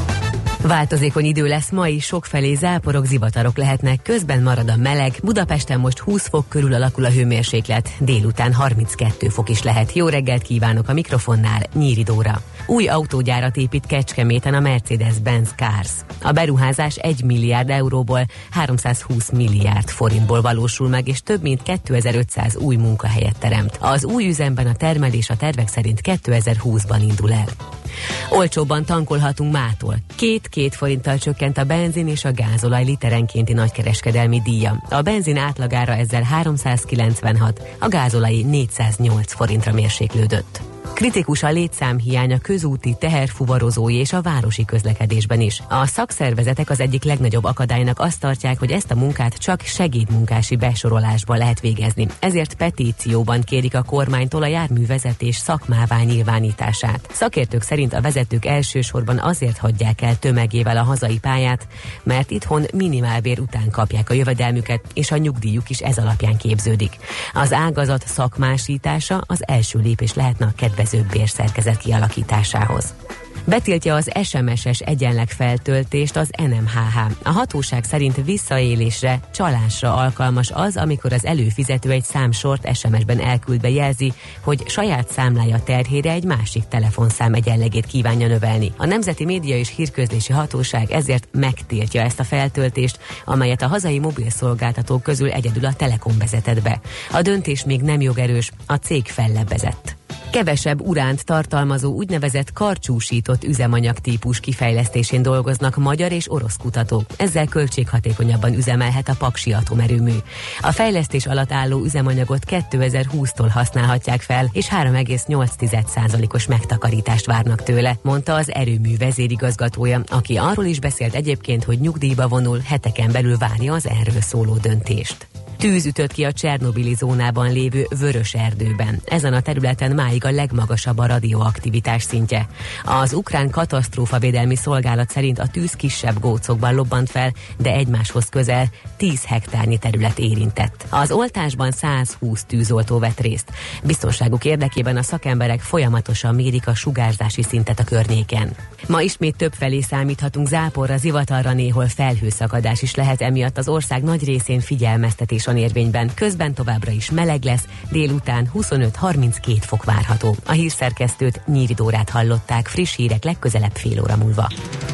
Változékony idő lesz ma is, sokfelé záporok, zivatarok lehetnek, közben marad a meleg, Budapesten most húsz fok körül alakul a hőmérséklet, délután harminckettő fok is lehet. Jó reggelt kívánok, a mikrofonnál Nyíri Dóra. Új autógyárat épít Kecskeméten a Mercedes-Benz Cars. A beruházás egy milliárd euróból háromszázhúsz milliárd forintból valósul meg, és több mint kétezer-ötszáz új munkahelyet teremt. Az új üzemben a termelés a tervek szerint kétezer-húszban indul el. Olcsóbban tankolhatunk mától. Két-két forinttal csökkent a benzin és a gázolaj literenkénti nagykereskedelmi díja. A benzin átlagára ezzel háromszázkilencvenhat, a gázolai négyszáznyolc forintra mérséklődött. Kritikus a létszámhiány a közúti, teherfuvarozói és a városi közlekedésben is. A szakszervezetek az egyik legnagyobb akadálynak azt tartják, hogy ezt a munkát csak segédmunkási besorolásban lehet végezni. Ezért petícióban kérik a kormánytól a járművezetés szakmává nyilvánítását. Szakértők szerint a vezetők elsősorban azért hagyják el tömegével a hazai pályát, mert itthon minimálbér után kapják a jövedelmüket, és a nyugdíjuk is ez alapján képződik. Az ágazat szakmásítása az első lépés lehetne a kedvezőbb bérszerkezet kialakításához. Betiltja az es em es-es egyenleg feltöltést az en em há há. A hatóság szerint visszaélésre, csalásra alkalmas az, amikor az előfizető egy számsort es em es-ben elküldve jelzi, hogy saját számlája terhére egy másik telefonszám egyenlegét kívánja növelni. A Nemzeti Média és Hírközlési Hatóság ezért megtiltja ezt a feltöltést, amelyet a hazai mobilszolgáltatók közül egyedül a Telekom vezetett be. A döntés még nem jogerős, a cég fellebbezett. Kevesebb uránt tartalmazó úgynevezett karcsúsított üzemanyagtípus kifejlesztésén dolgoznak magyar és orosz kutatók. Ezzel költséghatékonyabban üzemelhet a Paksi atomerőmű. A fejlesztés alatt álló üzemanyagot kétezer-húsztól használhatják fel, és három egész nyolc százalékos megtakarítást várnak tőle, mondta az erőmű vezérigazgatója, aki arról is beszélt egyébként, hogy nyugdíjba vonul, heteken belül várja az erről szóló döntést. Tűz ütött ki a Csernobili zónában lévő Vörös-erdőben. Ezen a területen máig a legmagasabb a radioaktivitás szintje. Az ukrán katasztrófavédelmi szolgálat szerint a tűz kisebb gócokban lobbant fel, de egymáshoz közel tíz hektárnyi terület érintett. Az oltásban százhúsz tűzoltó vett részt. Biztonságuk érdekében a szakemberek folyamatosan mérik a sugárzási szintet a környéken. Ma ismét többfelé számíthatunk záporra, zivatarra, néhol felhőszakadás is lehet, emiatt az ország nagy részén figyelmeztetés van érvényben. Közben továbbra is meleg lesz, délután huszonöt-harminckét fok várható. A hírszerkesztőt, Nyíri Dórát hallották, friss hírek legközelebb fél óra múlva.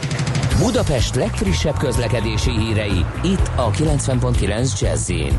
Budapest legfrissebb közlekedési hírei, itt a kilencven pont kilenc Jazzin.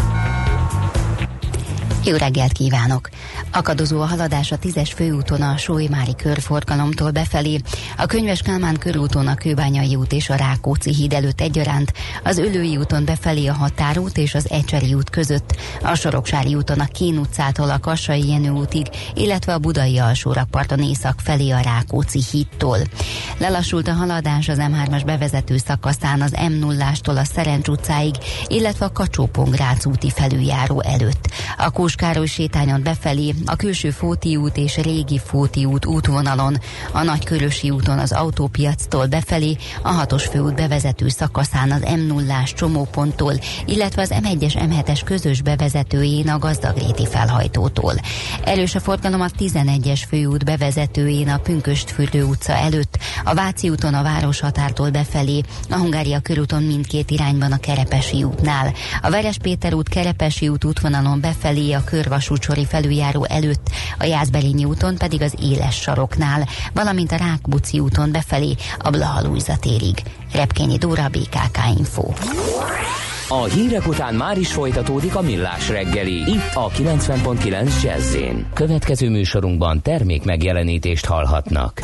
Jó reggelt kívánok! Akadozó a haladás a tízes főúton a Sólymári körforgalomtól befelé, a Könyves Kálmán körúton a Kőbányai út és a Rákóczi híd előtt egyaránt, az Öllői úton befelé a Határút és az Ecseri út között, a Soroksári úton a Kén utcától a Kassai Jenő útig, illetve a Budai alsórakparton észak felé a Rákóczi hídtól. Lelassult a haladás az em hármas bevezető szakaszán az em nullástól a Szerencs utcáig, illetve a Kacsó-Pongrác úti felüljáró előtt. A Kós Károly sétányon befelé, a Külső Fóti út és Régi Fóti út útvonalon, a Nagykörösi úton az Autópiactól befelé, a hatos főút bevezető szakaszán az em nullás csomóponttól, illetve az em egyes em hetes közös bevezetőjén a Gazdagréti felhajtótól. Erős a forgalom a tizenegyes főút bevezetőjén a Pünkösdfürdő utca előtt, a Váci úton a Városhatártól befelé, a Hungária körúton mindkét irányban a Kerepesi útnál, a Veres Péter út Kerepesi út útvonalon befelé a Körvasúcsori felüljáró előtt, a Jászberényi úton pedig az Éles saroknál, valamint a Rákóczi úton befelé a Blaha-Lujza térig. Repkényi Dóra, bé ká ká Info. A hírek után már is folytatódik a Millás reggeli, itt a kilencven pont kilenc Jazzin. Következő műsorunkban termék megjelenítést hallhatnak.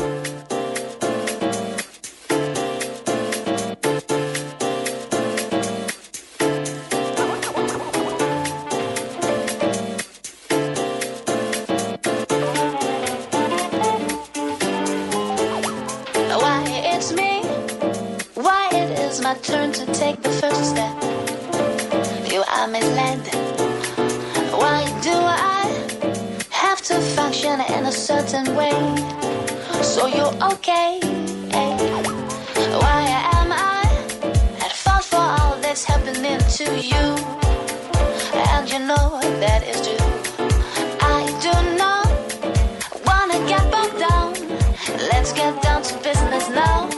Turn to take the first step. You are misled. Why do I have to fight? function in a certain way, so you're okay. Why am I at fault for all that's happening to you? And you know that is true. I do not wanna get bogged down. Let's get down to business now.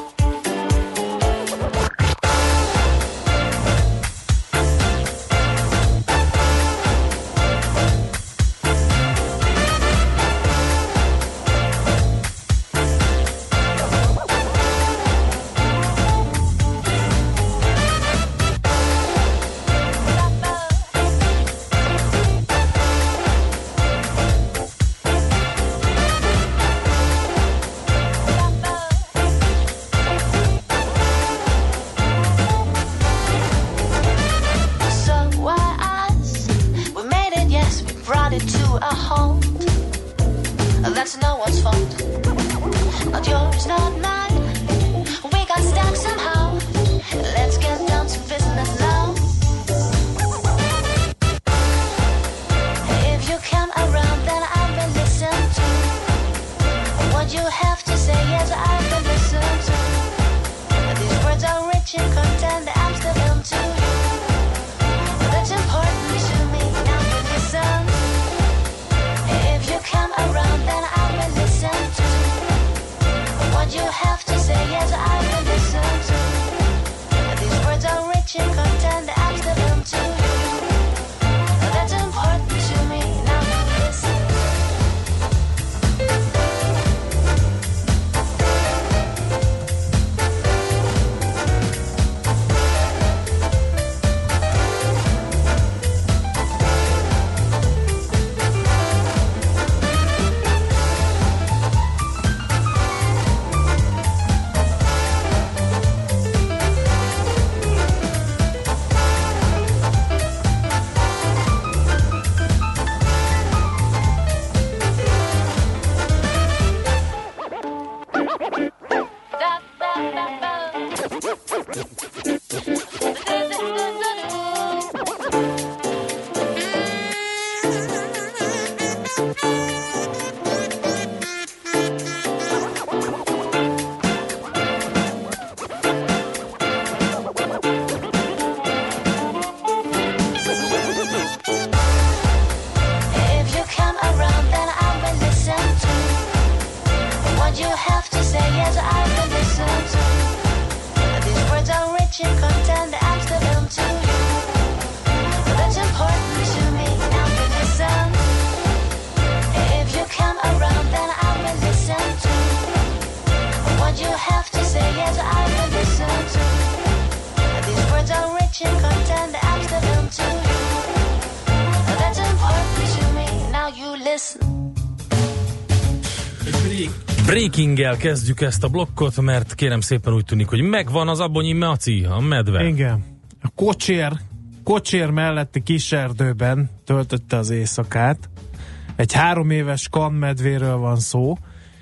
Breaking-gel kezdjük ezt a blokkot, mert kérem szépen úgy tűnik, hogy megvan az Abonyi Maci, a medve. Igen. A kocsér, kocsér melletti kiserdőben töltötte az éjszakát. Egy három éves kanmedvéről van szó,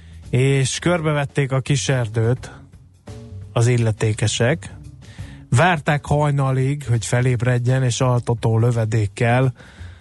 és körbevették a kiserdőt az illetékesek. Várták hajnalig, hogy felébredjen, és altató lövedékkel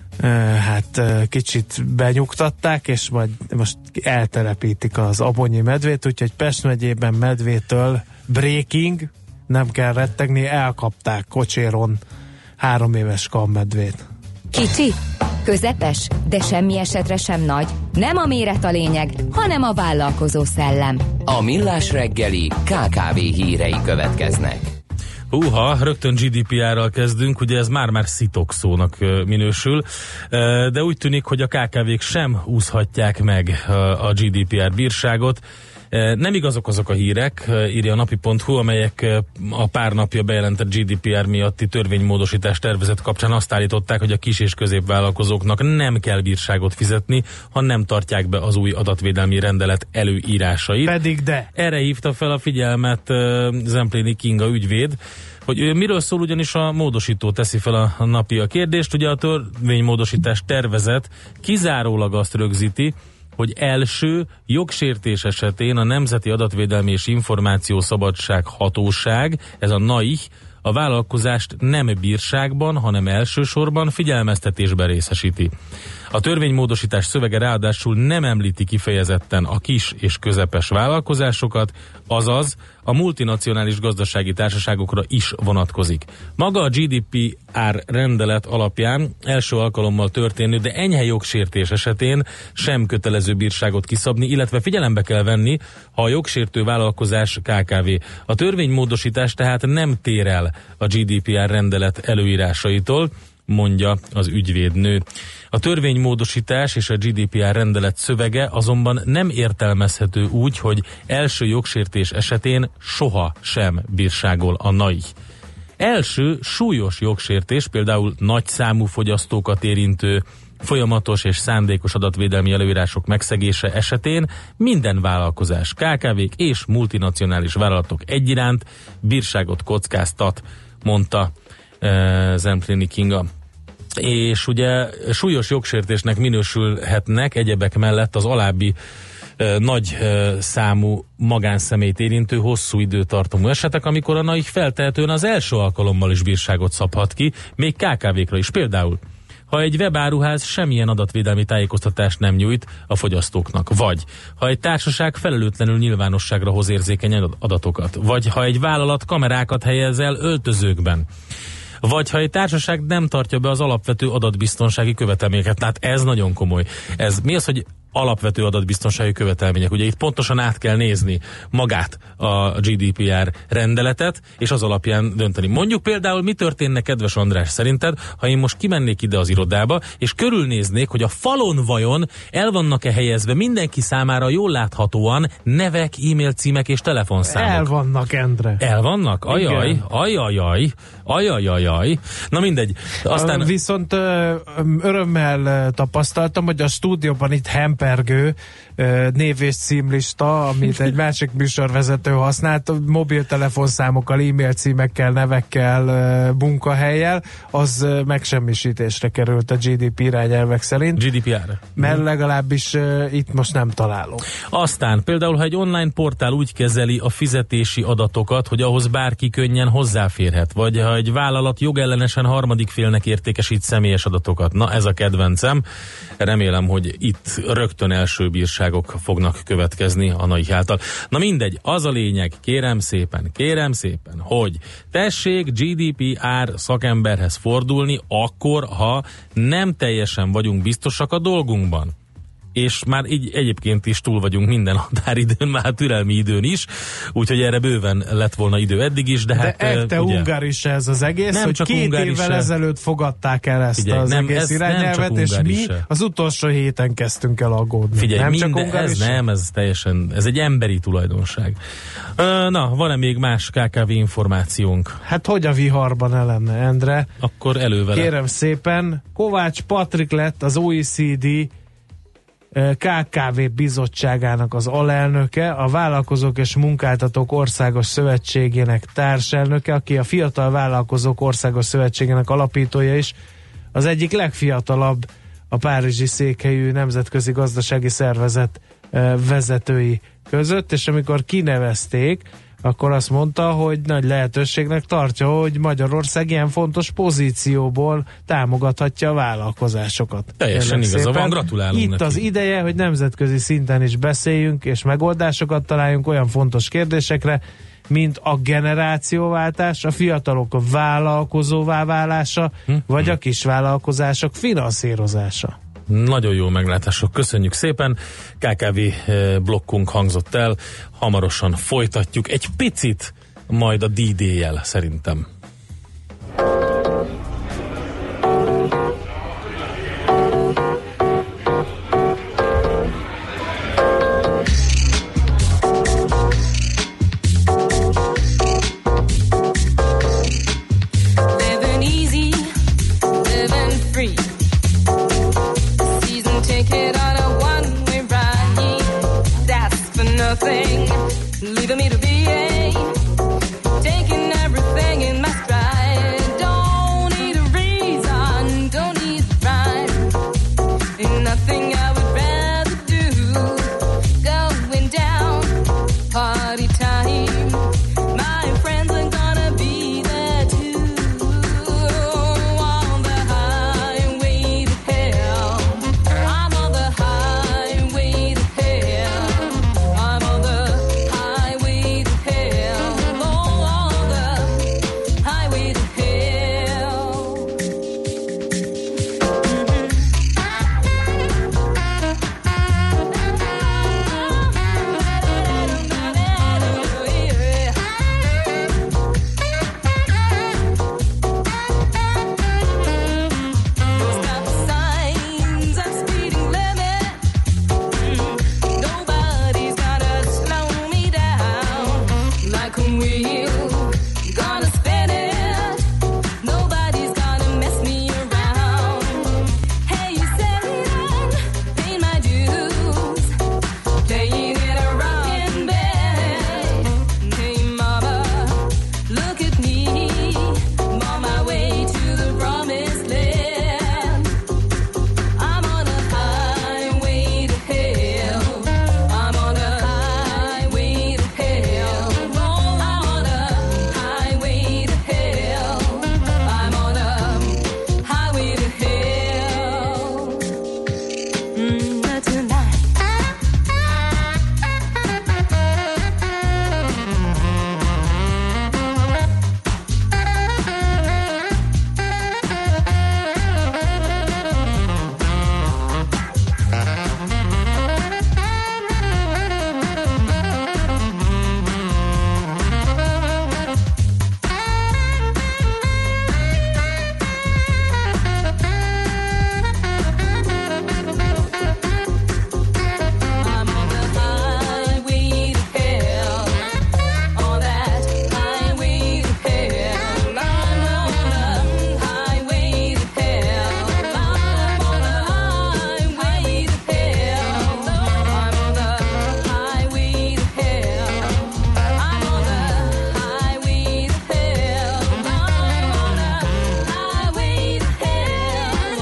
hát kicsit benyugtatták, és majd most eltelepítik az Abonyi medvét, úgyhogy Pest megyében medvétől breaking, nem kell rettegni, elkapták kocséron három éves kanmedvét. Kicsi, közepes, de semmi esetre sem nagy. Nem a méret a lényeg, hanem a vállalkozó szellem. A Millás reggeli ká ká vé hírei következnek. Húha, rögtön gé dé pé er-ral kezdünk, ugye ez már-már szitokszónak minősül, de úgy tűnik, hogy a ká ká vék sem úszhatják meg a gé dé pé er bírságot. Nem igazok azok a hírek, írja a napi pont hu, amelyek a pár napja bejelentett gé dé pé er miatti törvénymódosítás tervezet kapcsán azt állították, hogy a kis- és középvállalkozóknak nem kell bírságot fizetni, ha nem tartják be az új adatvédelmi rendelet előírásait. Pedig de. Erre hívta fel a figyelmet Zempléni Kinga ügyvéd, hogy miről szól, ugyanis a módosító teszi fel a, a napi a kérdést. Ugye a törvénymódosítás tervezet kizárólag azt rögzíti, hogy első jogsértés esetén a Nemzeti Adatvédelmi és Információszabadság Hatóság, ez a NAIH, a vállalkozást nem bírságban, hanem elsősorban figyelmeztetésben részesíti. A törvénymódosítás szövege ráadásul nem említi kifejezetten a kis és közepes vállalkozásokat, azaz a multinacionális gazdasági társaságokra is vonatkozik. Maga a gé dé pé er rendelet alapján első alkalommal történő, de enyhe jogsértés esetén sem kötelező bírságot kiszabni, illetve figyelembe kell venni, ha a jogsértő vállalkozás ká ká vé. A törvénymódosítás tehát nem tér el a gé dé pé er rendelet előírásaitól, mondja az ügyvédnő. A törvénymódosítás és a gé dé pé er rendelet szövege azonban nem értelmezhető úgy, hogy első jogsértés esetén soha sem bírságol a en á i. Első súlyos jogsértés, például nagy számú fogyasztókat érintő folyamatos és szándékos adatvédelmi előírások megszegése esetén minden vállalkozás, ká ká vék és multinacionális vállalatok egyiránt bírságot kockáztat, mondta uh, Zemplényi Kinga. És ugye súlyos jogsértésnek minősülhetnek egyebek mellett az alábbi e, nagy e, számú magánszemélyt érintő hosszú időtartamú esetek, amikor a en á i feltehetően az első alkalommal is bírságot szabhat ki, még ká ká vékra is. Például, ha egy webáruház semmilyen adatvédelmi tájékoztatást nem nyújt a fogyasztóknak, vagy ha egy társaság felelőtlenül nyilvánosságra hoz érzékeny adatokat, vagy ha egy vállalat kamerákat helyez el öltözőkben, vagy ha egy társaság nem tartja be az alapvető adatbiztonsági követelményeket. Tehát ez nagyon komoly. Ez mi az, hogy alapvető adatbiztonsági követelmények? Ugye itt pontosan át kell nézni magát a gé dé pé er rendeletet, és az alapján dönteni. Mondjuk például, mi történne, kedves András, szerinted, ha én most kimennék ide az irodába, és körülnéznék, hogy a falon vajon el vannak-e helyezve mindenki számára jól láthatóan nevek, e-mail címek és telefonszámok? El vannak, Endre. El vannak? Ajaj, ajajaj, ajajajaj. Na mindegy. Aztán... Viszont örömmel tapasztaltam, hogy a stúdióban itt hempergő név és címlista, amit egy másik műsorvezető használt, mobiltelefonszámokkal, e-mail címekkel, nevekkel, munkahelyjel, az megsemmisítésre került a gé dé pé irányelvek szerint. gé dé pé er. Mert legalábbis uh, itt most nem találom. Aztán például, ha egy online portál úgy kezeli a fizetési adatokat, hogy ahhoz bárki könnyen hozzáférhet, vagy ha egy vállalat jogellenesen harmadik félnek értékesít személyes adatokat. Na, ez a kedvencem. Remélem, hogy itt rögtön első bírságok fognak következni a en á i által. Na mindegy, az a lényeg, kérem szépen, kérem szépen, hogy tessék gé dé pé er szakemberhez fordulni akkor, ha nem teljesen vagyunk biztosak a dolgunkban. És már így egyébként is túl vagyunk minden határidőn, már türelmi időn is, úgyhogy erre bőven lett volna idő eddig is, de, de hát... Ekte ugye, ungár is ez az egész, nem hogy csak két évvel ezelőtt fogadták el ezt Figyelj, az nem, egész ez irányelvet, és mi az utolsó héten kezdtünk el aggódni. Figyelj, nem minden, csak ungár ez is nem, ez teljesen, ez egy emberi tulajdonság. Na, van-e még más ká ká vé információnk? Hát hogy a viharban el lenne, Endre? Akkor elővele. Kérem szépen, Kovács Patrik lett az o e cé dé ká ká vé bizottságának az alelnöke, a Vállalkozók és Munkáltatók Országos Szövetségének társelnöke, aki a Fiatal Vállalkozók Országos Szövetségének alapítója is, az egyik legfiatalabb a párizsi székhelyű nemzetközi gazdasági szervezet vezetői között, és amikor kinevezték, akkor azt mondta, hogy nagy lehetőségnek tartja, hogy Magyarország ilyen fontos pozícióból támogathatja a vállalkozásokat. Teljesen igaza van, gratulálunk Itt neki. Az ideje, hogy nemzetközi szinten is beszéljünk, és megoldásokat találjunk olyan fontos kérdésekre, mint a generációváltás, a fiatalok vállalkozóvá válása, hm? vagy a kisvállalkozások finanszírozása. Nagyon jó meglátások, köszönjük szépen. ká ká vé blokkunk hangzott el, hamarosan folytatjuk egy picit, majd a dé dé-jel szerintem. Leaving me to be a taking everything in my like a wheel. Gonna spin it. Nobody's gonna mess me around. Hey, you said pay my dues. Playing it a rockin' band. Hey, mama, look at me. I'm on my way to the promised land. I'm on a highway to hell. I'm on a highway to hell. I'm on a highway to hell. I'm on a highway to hell. Mm, tonight. I'm on the highway to hell. On that highway to hell. I'm on the highway to hell. I'm on the highway to hell. I'm on the highway to hell. I'm on the highway to hell. I'm on the highway to hell.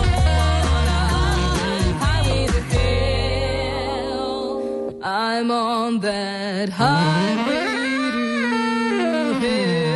Highway to hell. I'm on that highway to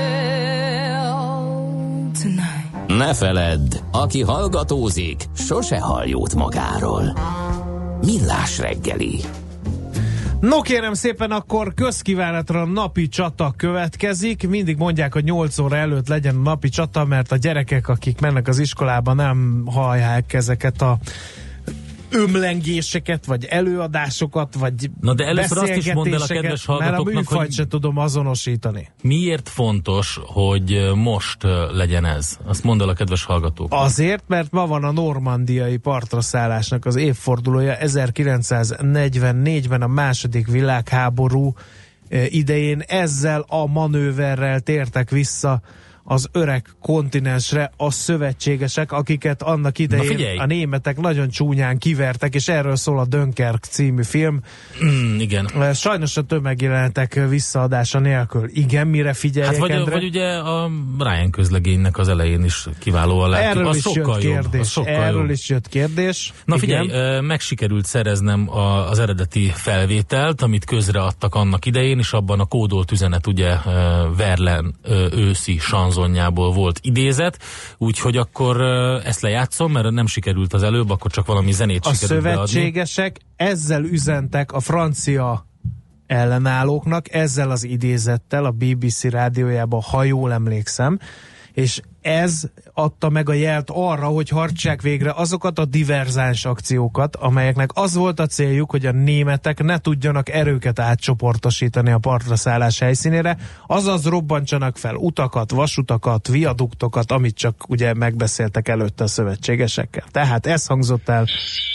hell tonight. Ne feledd, aki hallgatózik, sose hall jót magáról. Millás reggeli. No kérem szépen, akkor közkívánatra napi csata következik. Mindig mondják, hogy nyolc óra előtt legyen a napi csata, mert a gyerekek, akik mennek az iskolába, nem hallják ezeket a ömlengéseket, vagy előadásokat, vagy Na de először azt is mondd el a kedves beszélgetéseket, hallgatóknak, mert a műfajt hogy se tudom azonosítani. miért fontos, hogy most legyen ez? Azt mondd el a kedves hallgatóknak. Azért, mert ma van a normandiai partraszállásnak az évfordulója. ezerkilencszáznegyvennégyben a második világháború eh, idején ezzel a manőverrel tértek vissza az öreg kontinensre a szövetségesek, akiket annak Na idején figyelj! a németek nagyon csúnyán kivertek, és erről szól a Dunkirk című film. Mm, igen. Eh, Sajnos a tömegjelenetek visszaadása nélkül. Igen, mire figyeljek, Hát vagy, Endre? vagy ugye a Ryan közlegénynek az elején is kiválóan látjuk. Erről Az is sokkal jött jobb, kérdés. az sokkal Erről jobb. is jött kérdés. Na Igen. figyelj, ö, meg sikerült szereznem a, az eredeti felvételt, amit közreadtak annak idején, és abban a kódolt üzenet ugye ö, Verlaine ö, őszi sanzonjából volt idézet, úgyhogy akkor ö, ezt lejátszom, mert nem sikerült az előbb, akkor csak valami zenét A sikerült beadni. szövetségesek ezzel üzentek a francia ellenállóknak, ezzel az idézettel a bé bé cé rádiójában, ha jól emlékszem, és ez adta meg a jelt arra, hogy hartsák végre azokat a diverzáns akciókat, amelyeknek az volt a céljuk, hogy a németek ne tudjanak erőket átcsoportosítani a partraszállás helyszínére, azaz robbantsanak fel utakat, vasutakat, viaduktokat, amit csak ugye megbeszéltek előtte a szövetségesekkel. Tehát ez hangzott el.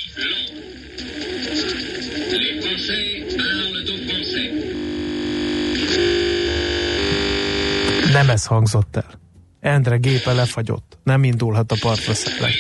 Nem ez hangzott el. Endre gépe lefagyott. Nem indulhat a partra szállás.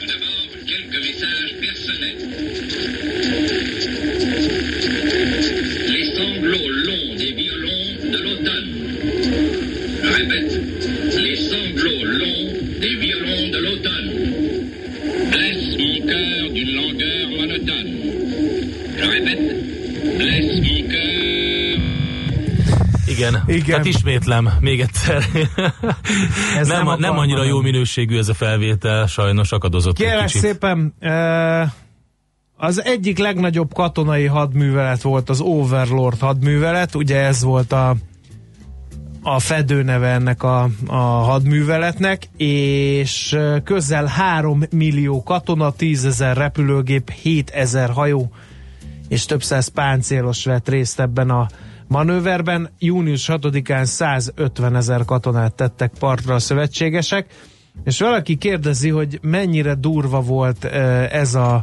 Les sanglots longs des violons de l'automne. Je répète, les sanglots longs des violons de l'automne blessent mon cœur d'une langueur monotone. Je répète, blessent mon cœur. Igen, Igen. tehát ismétlem még egyszer. Ez nem, nem nem akar annyira mondani. jó minőségű ez a felvétel, sajnos akadozott egy Kérlek kicsit. szépen, eh, az egyik legnagyobb katonai hadművelet volt az Overlord hadművelet, ugye ez volt a, a fedőneve ennek a, a hadműveletnek, és eh, közel három millió katona, tízezer repülőgép, hétezer hajó és több száz páncélos vett részt ebben a manőverben. június hatodikán százötvenezer katonát tettek partra a szövetségesek, és valaki kérdezi, hogy mennyire durva volt ez a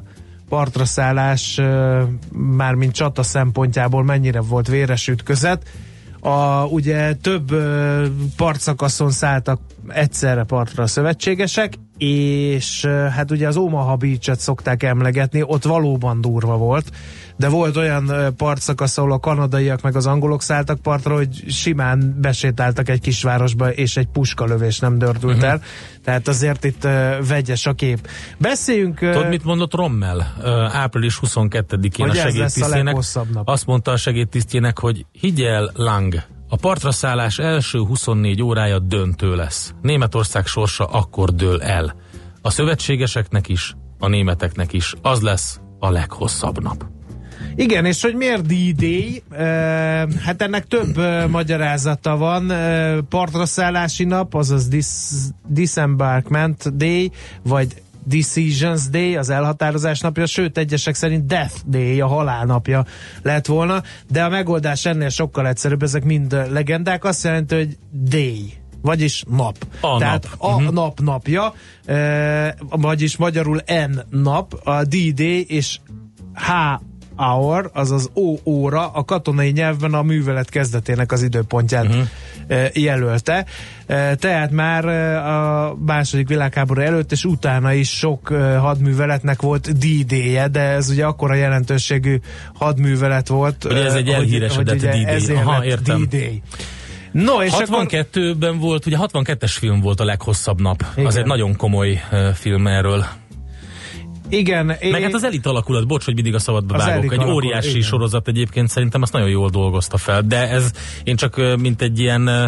partraszállás, mármint csata szempontjából mennyire volt véres ütközet. a, ugye több ö, partszakaszon szálltak egyszerre partra a szövetségesek, és ö, hát ugye az Omaha Beach-et szokták emlegetni, ott valóban durva volt, de volt olyan ö, partszakasz, ahol a kanadaiak meg az angolok szálltak partra, hogy simán besétáltak egy kisvárosba, és egy puskalövés nem dördült el. Uh-huh. Tehát azért itt ö, vegyes a kép. Beszéljünk... Ö, Tudod, mit mondott Rommel ö, április huszonkettedikén a segédtisztjének? Azt mondta a segédtisztjének, hogy higgyel, Lang, a partra szállás első huszonnégy órája döntő lesz. Németország sorsa akkor dől el. A szövetségeseknek is, a németeknek is. Az lesz a leghosszabb nap. Igen, és hogy miért D-Day? Uh, hát ennek több uh, magyarázata van. Uh, partra szállási nap, azaz dis- Disembarkment Day, vagy Decisions Day, az elhatározás napja, sőt egyesek szerint Death Day, a halál napja lett volna, de a megoldás ennél sokkal egyszerűbb, ezek mind legendák, azt jelenti, hogy Day, vagyis nap. A Tehát nap. a Uh-huh. nap napja, eh, vagyis magyarul N nap, a D-Day és H hour, azaz O óra a katonai nyelvben a művelet kezdetének az időpontját uh-huh. jelölte. Tehát már a második világháború előtt és utána is sok hadműveletnek volt D-Day-je, de ez ugye akkora jelentőségű hadművelet volt. Ugye ez egy elhíresedett D-Day. Aha, értem. D-Day. No, és hatvankettőben akkor... volt, ugye hatvankettes film volt a leghosszabb nap. Igen. Az egy nagyon komoly uh, film erről. Igen. Meg én... hát az elit alakulat, bocs, hogy mindig a szabadba vágok. Egy alakul, óriási igen. sorozat egyébként, szerintem azt nagyon jól dolgozta fel, de ez én csak mint egy ilyen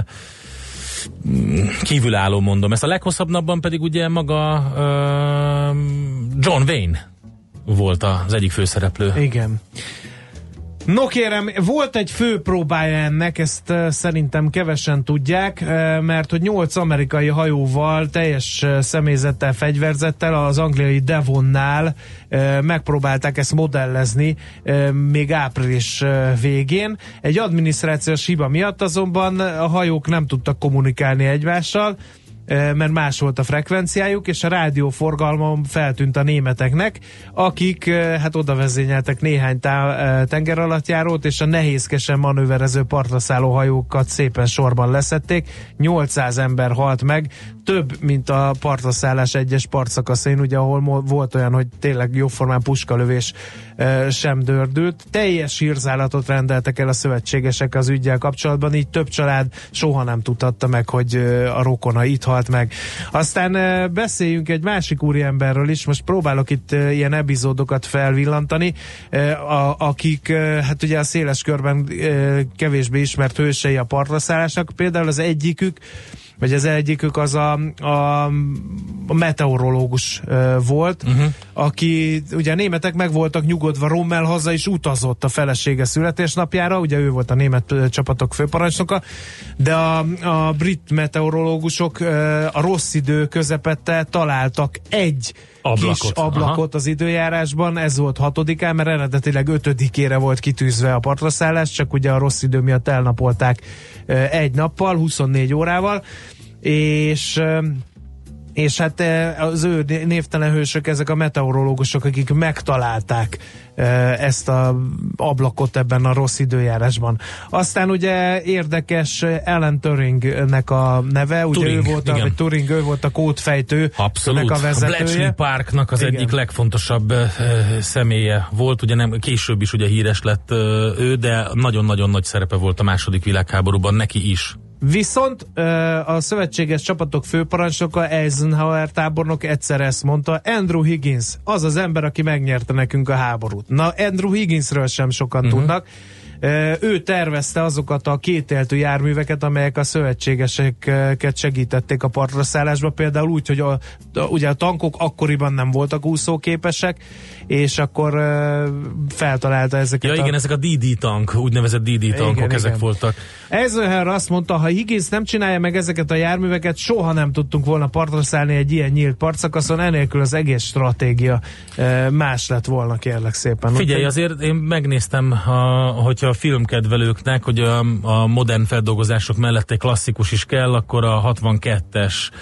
kívülálló mondom. Ezt a leghosszabb napban pedig ugye maga uh, John Wayne volt az egyik főszereplő. Igen. No kérem, volt egy fő próbája ennek, ezt uh, szerintem kevesen tudják, uh, mert hogy nyolc amerikai hajóval, teljes uh, személyzettel, fegyverzettel az angliai Devonnál uh, megpróbálták ezt modellezni uh, még április uh, végén. Egy adminisztrációs hiba miatt azonban a hajók nem tudtak kommunikálni egymással, mert más volt a frekvenciájuk, és a rádióforgalmam feltűnt a németeknek, akik hát oda vezényeltek néhány tá- tengeralattjárót, és a nehézkesen manőverező partra szálló hajókat szépen sorban leszették. nyolcszáz ember halt meg, több, mint a partra szállás egyes partszakaszain, ugye ahol volt olyan, hogy tényleg jóformán puskalövés sem dördült. Teljes hírzálatot rendeltek el a szövetségesek az üggyel kapcsolatban, így több család soha nem tudhatta meg, hogy a rokona itt halt meg. Aztán beszéljünk egy másik úriemberről is, most próbálok itt ilyen epizódokat felvillantani, akik hát ugye a széles körben kevésbé ismert hősei a partraszállásnak, például az egyikük vagy az egyikük az a, a, a meteorológus uh, volt, uh-huh. aki, ugye a németek meg voltak nyugodva, Rommel haza is utazott a felesége születésnapjára, ugye ő volt a német uh, csapatok főparancsnoka, de a, a brit meteorológusok uh, a rossz idő közepette találtak egy ablakot. kis ablakot Aha. az időjárásban, ez volt hatodikán, mert eredetileg ötödikére volt kitűzve a partraszállás, csak ugye a rossz idő miatt elnapolták uh, egy nappal, huszonnégy órával, és és hát az ő névtelen hősök, ezek a meteorológusok, akik megtalálták ezt a ablakot ebben a rossz időjárásban. Aztán ugye érdekes Alan Turingnek a neve, ugye Turing, ő volt a, vagy Turing, ő volt a kódfejtő, abszolút. A vezetője. A Bletchley Parknak az igen. egyik legfontosabb uh, személye volt, ugye nem, később is ugye híres lett uh, ő, de nagyon-nagyon nagy szerepe volt a második világháborúban neki is. Viszont a szövetséges csapatok főparancsnoka Eisenhower tábornok egyszer ezt mondta, Andrew Higgins, az az ember, aki megnyerte nekünk a háborút. Na, Andrew Higginsről sem sokan uh-huh. tudnak. Ő tervezte azokat a kétéltű járműveket, amelyek a szövetségeseket segítették a partraszállásba, például úgy, hogy a, a, ugye a tankok akkoriban nem voltak úszóképesek, és akkor uh, feltalálta ezeket. Ja igen, a... ezek a dé dé tank, úgynevezett dé dé tankok, igen, ezek igen. voltak. Eisenhower azt mondta, ha Higgins nem csinálja meg ezeket a járműveket, soha nem tudtunk volna partra szállni egy ilyen nyílt partszakaszon, enélkül az egész stratégia uh, más lett volna, kérlek szépen. Figyelj, azért én megnéztem, ha, hogyha a filmkedvelőknek, hogy a, a modern feldolgozások mellett egy klasszikus is kell, akkor a hatvankettes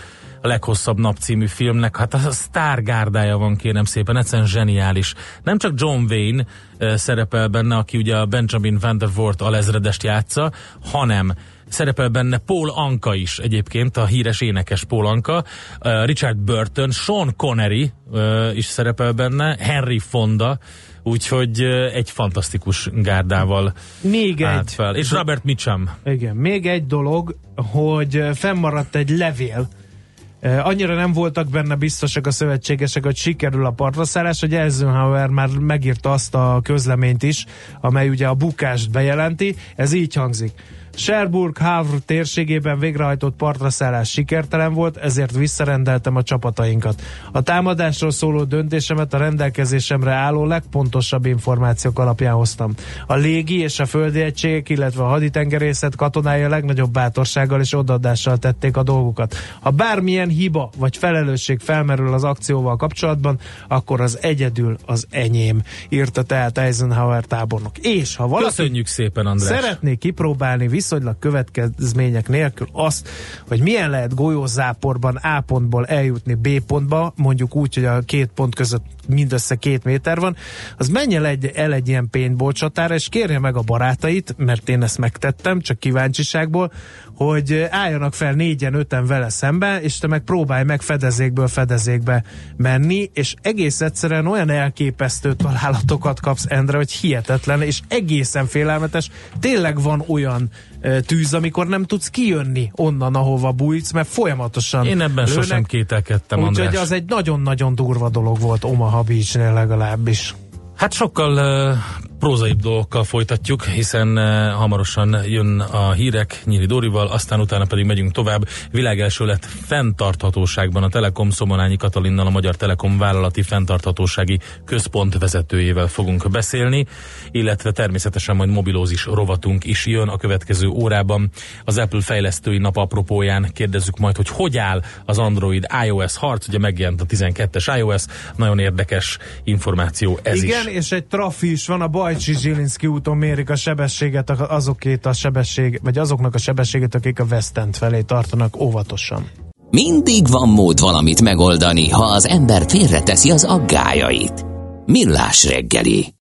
a Leghosszabb nap című filmnek. Hát a sztárgárdája van, kérem szépen, egyszerűen zseniális. Nem csak John Wayne uh, szerepel benne, aki ugye a Benjamin Van der Voort alezredest játsza, hanem szerepel benne Paul Anka is egyébként, a híres énekes Paul Anka, uh, Richard Burton, Sean Connery uh, is szerepel benne, Henry Fonda, úgyhogy uh, egy fantasztikus gárdával még állt egy, fel. És Robert Mitchum. Igen, még egy dolog, hogy fennmaradt egy levél. Annyira nem voltak benne biztosak a szövetségesek, hogy sikerül a partraszállás, hogy Eisenhower már megírta azt a közleményt is, amely ugye a bukást bejelenti. Ez így hangzik. Cherbourg-Havre térségében végrehajtott partraszállás sikertelen volt, ezért visszarendeltem a csapatainkat. A támadásról szóló döntésemet a rendelkezésemre álló legpontosabb információk alapján hoztam. A légi és a földi egységek, illetve a haditengerészet katonái a legnagyobb bátorsággal és odaadással tették a dolgukat. Ha bármilyen hiba vagy felelősség felmerül az akcióval kapcsolatban, akkor az egyedül az enyém, írta tehát Eisenhower tábornok. És ha valaki Köszönjük szépen, András. szeretné kipróbálni viszonylag következmények nélkül azt, hogy milyen lehet golyózáporban A pontból eljutni B pontba, mondjuk úgy, hogy a két pont között mindössze két méter van, az menjen egy, el egy ilyen paintball csatára, és kérje meg a barátait, mert én ezt megtettem, csak kíváncsiságból, hogy álljanak fel négyen, öten vele szembe, és te meg próbálj meg fedezékből fedezékbe menni, és egész egyszerűen olyan elképesztő találatokat kapsz, Endre, hogy hihetetlen, és egészen félelmetes. Tényleg van olyan e, tűz, amikor nem tudsz kijönni onnan, ahova bújsz, mert folyamatosan Én ebben lőnek. sosem kételkedtem, András. Úgyhogy az egy nagyon-nagyon durva dolog volt Omaha Beachnél legalábbis. Hát sokkal uh, prózaibb dolgokkal folytatjuk, hiszen uh, hamarosan jön a hírek Nyíri Dórival, aztán utána pedig megyünk tovább. Világelső lett fenntarthatóságban a Telekom, Szomorányi Katalinnal, a Magyar Telekom vállalati fenntarthatósági központ vezetőjével fogunk beszélni, illetve természetesen majd mobilózis rovatunk is jön a következő órában. Az Apple fejlesztői nap apropóján kérdezzük majd, hogy hogy áll az Android iOS harc, ugye megjelent a tizenkettes iOS, nagyon érdekes információ ez Igen, is. és egy trafi is van, a Bajcsi Zsilinszky úton mérik a sebességet, azokét a sebesség, vagy azoknak a sebességet, akik a West End felé tartanak, óvatosan. Mindig van mód valamit megoldani, ha az ember félreteszi az aggályait. Millás reggeli.